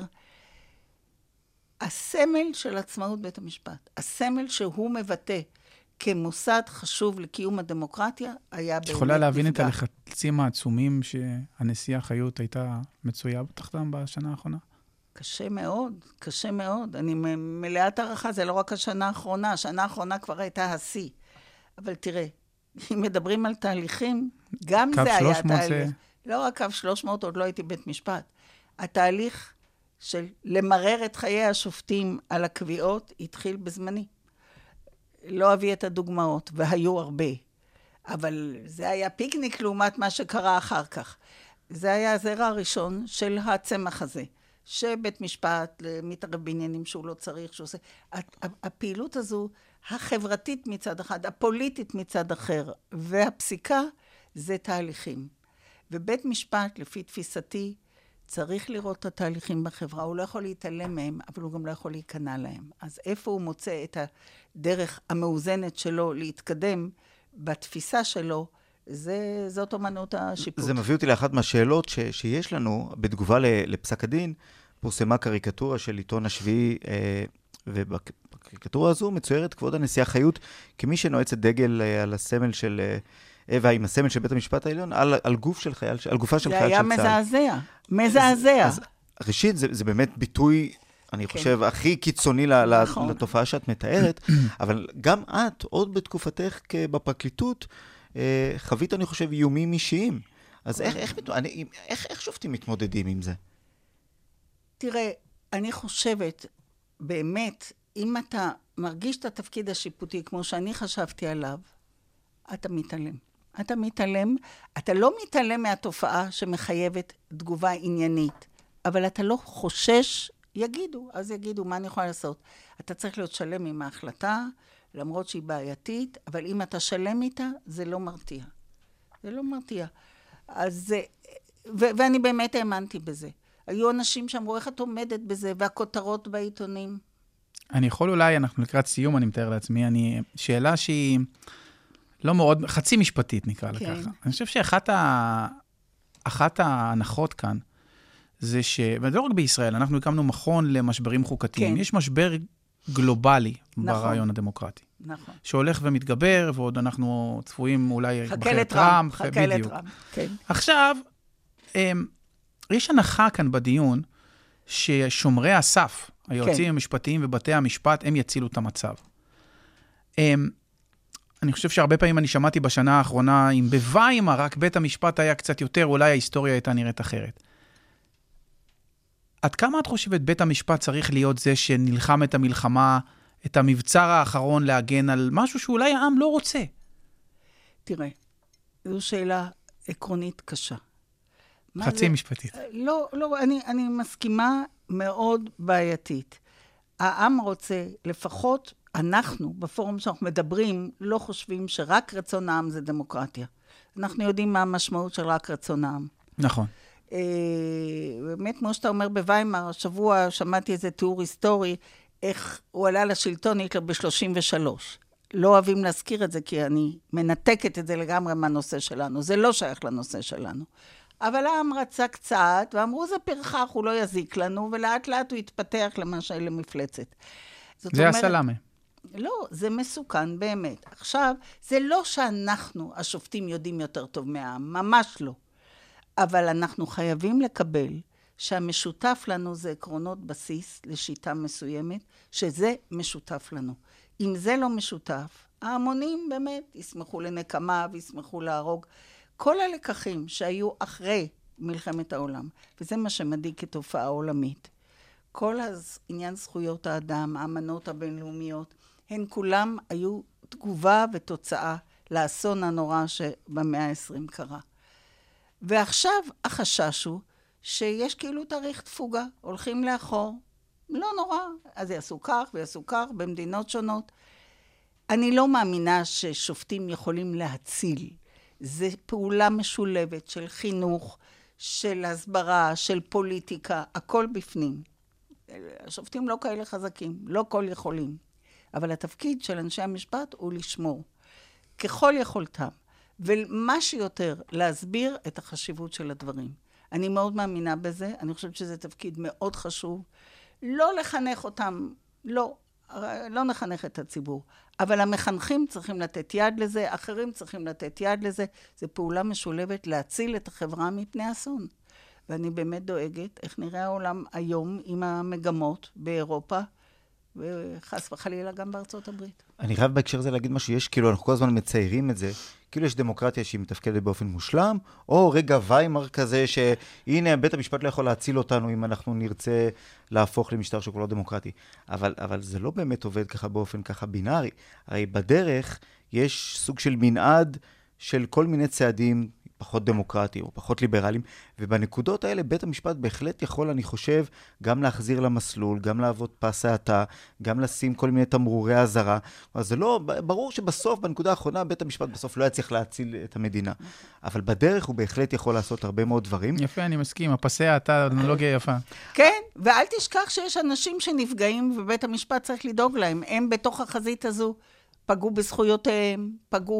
הסמל של עצמאות בית המשפט, הסמל שהוא מבטא כמוסד חשוב לקיום הדמוקרטיה, היה באמת נפגע. יכולה להבין את הלחצים העצומים שהנשיאה חיות הייתה מצויה בתחתם בשנה האחרונה? קשה מאוד, קשה מאוד. אני מלאת הערכה, זה לא רק השנה האחרונה, השנה האחרונה כבר הייתה השיא. אבל תראה, אם מדברים על תהליכים, גם זה היה תהליך. זה... לא רק קו שלוש מאות, עוד לא הייתי בית משפט. התהליך של למרר את חיי השופטים על הקביעות, התחיל בזמני. לא אביא את הדוגמאות, והיו הרבה. אבל זה היה פיקניק לעומת מה שקרה אחר כך. זה היה הזרע הראשון של הצמח הזה. שבית משפט מתערב בעניינים שהוא לא צריך, שהוא עושה. הפעילות הזו, החברתית מצד אחד, הפוליטית מצד אחר, והפסיקה, זה תהליכים. ובית משפט, לפי תפיסתי, צריך לראות את התהליכים בחברה. הוא לא יכול להתעלם מהם, אבל הוא גם לא יכול להיכנע להם. אז איפה הוא מוצא את הדרך המאוזנת שלו להתקדם בתפיסה שלו, זה, זאת אומנות השיפוט. זה מביא אותי לאחת מהשאלות ש, שיש לנו, בתגובה לפסק הדין, פורסמה קריקטורה של עיתון השביעי, אה, ובקריקטורה הזו מצוירת כבוד הנשיאה חיות, כמי שנועצת דגל אה, על הסמל של, אה, אווה, עם הסמל של בית המשפט העליון, על, על גוף של חייל, על גופה של חייל של צה"ל. זה היה מזעזע, מזעזע. אז, אז ראשית, זה, זה באמת ביטוי, אני כן. חושב, הכי קיצוני נכון. לתופעה שאת מתארת, אבל גם את, עוד בתקופתך בפרקליטות, חווית, אני חושב, איומים אישיים. אז איך, איך, אני, איך, איך שופטים מתמודדים עם זה? תראה, אני חושבת באמת, אם אתה מרגיש את התפקיד השיפוטי כמו שאני חשבתי עליו, אתה מתעלם. אתה מתעלם, אתה לא מתעלם מהתופעה שמחייבת תגובה עניינית, אבל אתה לא חושש, יגידו, אז יגידו, מה אני יכולה לעשות? אתה צריך להיות שלם עם ההחלטה, למרות שהיא בעייתית, אבל אם אתה שלם איתה, זה לא מרתיע. זה לא מרתיע. אז, ו- ואני באמת האמנתי בזה. היו אנשים שאמרו, איך את עומדת בזה, והכותרות בעיתונים. אני יכול אולי, אנחנו לקראת סיום, אני מתאר לעצמי, אני, שאלה שהיא לא מאוד, חצי משפטית נקרא לה כן. ככה. אני חושב שאחת ה, אחת ההנחות כאן, זה ש, וזה לא רק בישראל, אנחנו הקמנו מכון למשברים חוקתיים. כן. יש משבר גלובלי נכון. ברעיון הדמוקרטי. נכון. שהולך ומתגבר, ועוד אנחנו צפויים אולי חכה בוחר לטראמפ, טראמפ, חכה בדיוק. לטראמפ, כן. עכשיו, יש הנחה כאן בדיון, ששומרי הסף, היועצים המשפטיים ובתי המשפט, הם יצילו את המצב. אני חושב שהרבה פעמים אני שמעתי בשנה האחרונה, אם בוויימאר רק בית המשפט היה קצת יותר, אולי ההיסטוריה הייתה נראית אחרת. עד כמה את חושבת בית המשפט צריך להיות זה שנלחם את המלחמה, את המבצר האחרון להגן על משהו שאולי העם לא רוצה? תראה, זו שאלה עקרונית קשה. חצי זה? משפטית. לא, לא, אני, אני מסכימה מאוד בעייתית. העם רוצה, לפחות אנחנו, בפורום שאנחנו מדברים, לא חושבים שרק רצון העם זה דמוקרטיה. אנחנו יודעים מה המשמעות של רק רצון העם. נכון. באמת, כמו שאתה אומר בוויימאר, השבוע שמעתי איזה תיאור היסטורי, איך הוא עלה לשלטון היטלר ב-שלושים ושלוש. לא אוהבים להזכיר את זה, כי אני מנתקת את זה לגמרי מהנושא שלנו. זה לא שייך לנושא שלנו. אבל העם רצה קצת, ואמרו, זה פרחח, הוא לא יזיק לנו, ולאט לאט הוא התפתח למשל למפלצת. זה הסלאמה. לא, זה מסוכן באמת. עכשיו, זה לא שאנחנו, השופטים, יודעים יותר טוב מהעם, ממש לא. אבל אנחנו חייבים לקבל שהמשותף לנו זה עקרונות בסיס לשיטה מסוימת, שזה משותף לנו. אם זה לא משותף, ההמונים באמת ישמחו לנקמה וישמחו להרוג. כל הלקחים שהיו אחרי מלחמת העולם, וזה מה שמדאיג כתופעה עולמית, כל עניין זכויות האדם, האמנות הבינלאומיות, הן כולם היו תגובה ותוצאה לאסון הנורא שבמאה ה-עשרים קרה. ועכשיו החשש הוא שיש כאילו תאריך תפוגה, הולכים לאחור, לא נורא, אז יעשו כך ויעשו כך במדינות שונות. אני לא מאמינה ששופטים יכולים להציל. זה פעולה משולבת של חינוך, של הסברה, של פוליטיקה, הכל בפנים. השופטים לא כאלה חזקים, לא כל יכולים. אבל התפקיד של אנשי המשפט הוא לשמור, ככל יכולתם. ומה שיותר, להסביר את החשיבות של הדברים. אני מאוד מאמינה בזה, אני חושבת שזה תפקיד מאוד חשוב. לא לחנך אותם, לא, לא נחנך את הציבור. אבל המחנכים צריכים לתת יד לזה, אחרים צריכים לתת יד לזה. זו פעולה משולבת להציל את החברה מפני אסון. ואני באמת דואגת איך נראה העולם היום עם המגמות באירופה, וחס וחלילה גם בארצות הברית. אני חייב בהקשר הזה להגיד משהו, יש כאילו, אנחנו כל הזמן מציירים את זה, כאילו יש דמוקרטיה שהיא מתפקדת באופן מושלם, או רגע ויימאר כזה, שהנה בית המשפט לא יכול להציל אותנו אם אנחנו נרצה להפוך למשטר שהוא לא דמוקרטי. אבל, אבל זה לא באמת עובד ככה באופן ככה בינארי. הרי בדרך יש סוג של מנעד של כל מיני צעדים פחות דמוקרטיים או פחות ליברליים, ובנקודות האלה בית המשפט בהחלט יכול, אני חושב, גם להחזיר למסלול, גם לעבוד פס האטה, גם לשים כל מיני תמרורי הזרה. אז זה לא, ברור שבסוף, בנקודה האחרונה, בית המשפט בסוף לא יצליח להציל את המדינה. אבל בדרך הוא בהחלט יכול לעשות הרבה מאוד דברים. יפה, אני מסכים, הפסי האטה, אנלוגיה יפה. כן, ואל תשכח שיש אנשים שנפגעים, ובית המשפט צריך לדאוג להם. הם בתוך החזית הזו פגעו בזכויותיהם, פגעו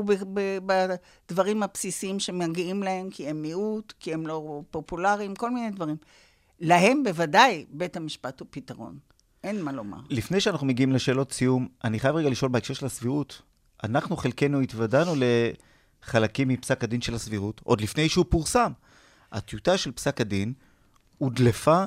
בדברים הבסיסיים שמגיעים להם, כי הם מיעוט, כי הם לא פופולריים, כל מיני דברים. להם בוודאי בית המשפט הוא פתרון. אין מה לומר. לפני שאנחנו מגיעים לשאלות סיום, אני חייב רגע לשאול בהקשר של הסבירות. אנחנו חלקנו התוודענו לחלקים מפסק הדין של הסבירות, עוד לפני שהוא פורסם. הטיוטה של פסק הדין הודלפה,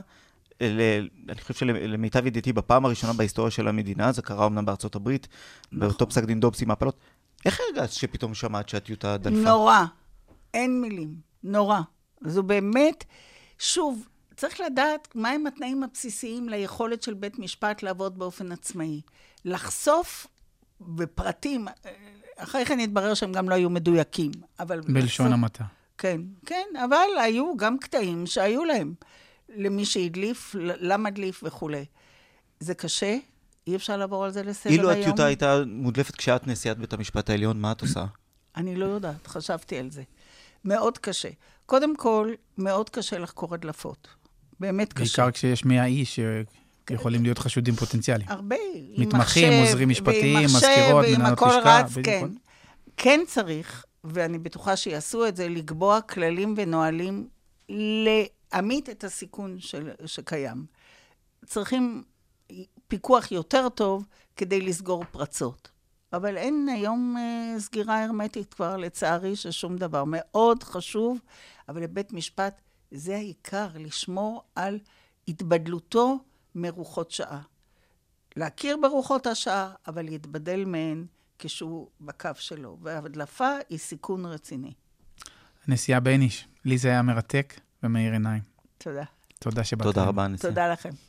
אני חושב שלמיטב ידיעתי בפעם הראשונה בהיסטוריה של המדינה, זה קרה אמנם בארצות הברית, באותו פסק דין דובס עם הפלות. איך הרגעת שפתאום שמעת שהטיוטה דלפה? נורא. אין מילים. נורא. זו באמת, שוב, צריך לדעת מהם התנאים הבסיסיים ליכולת של בית משפט לעבוד באופן עצמאי. לחשוף בפרטים, אחרי כן התברר שהם גם לא היו מדויקים. אבל בלשון לחשוף, המעטה. כן, כן, אבל היו גם קטעים שהיו להם. למי שהדליף, למה הדליף וכו'. זה קשה, אי אפשר לעבור על זה לסדר היום. אילו הטיוטה הייתה מודלפת כשאת נשיאת בית המשפט העליון, מה את עושה? אני לא יודעת, חשבתי על זה. מאוד קשה. קודם כל, מאוד קשה לחקור הדלפות. באמת קשה. בעיקר כשיש מאה איש שיכולים להיות חשודים פוטנציאליים. הרבה. מתמחים, עוזרים משפטיים, מזכירות, מנהלות לשכה. רץ, כן. כן צריך, ואני בטוחה שיעשו את זה, לקבוע כללים ונועלים להעמיד את הסיכון של, שקיים. צריכים פיקוח יותר טוב כדי לסגור פרצות. אבל אין היום אה, סגירה הרמטית כבר, לצערי, ששום דבר מאוד חשוב, אבל לבית משפט זה העיקר, לשמור על התבדלותו מרוחות שעה. להכיר ברוחות השעה, אבל להתבדל מהן כשהוא בקו שלו. וההדלפה היא סיכון רציני. נשיאה בייניש, לי זה היה מרתק ומאיר עיניים. תודה. תודה שבאת. תודה רבה, נשיאה. תודה לכם.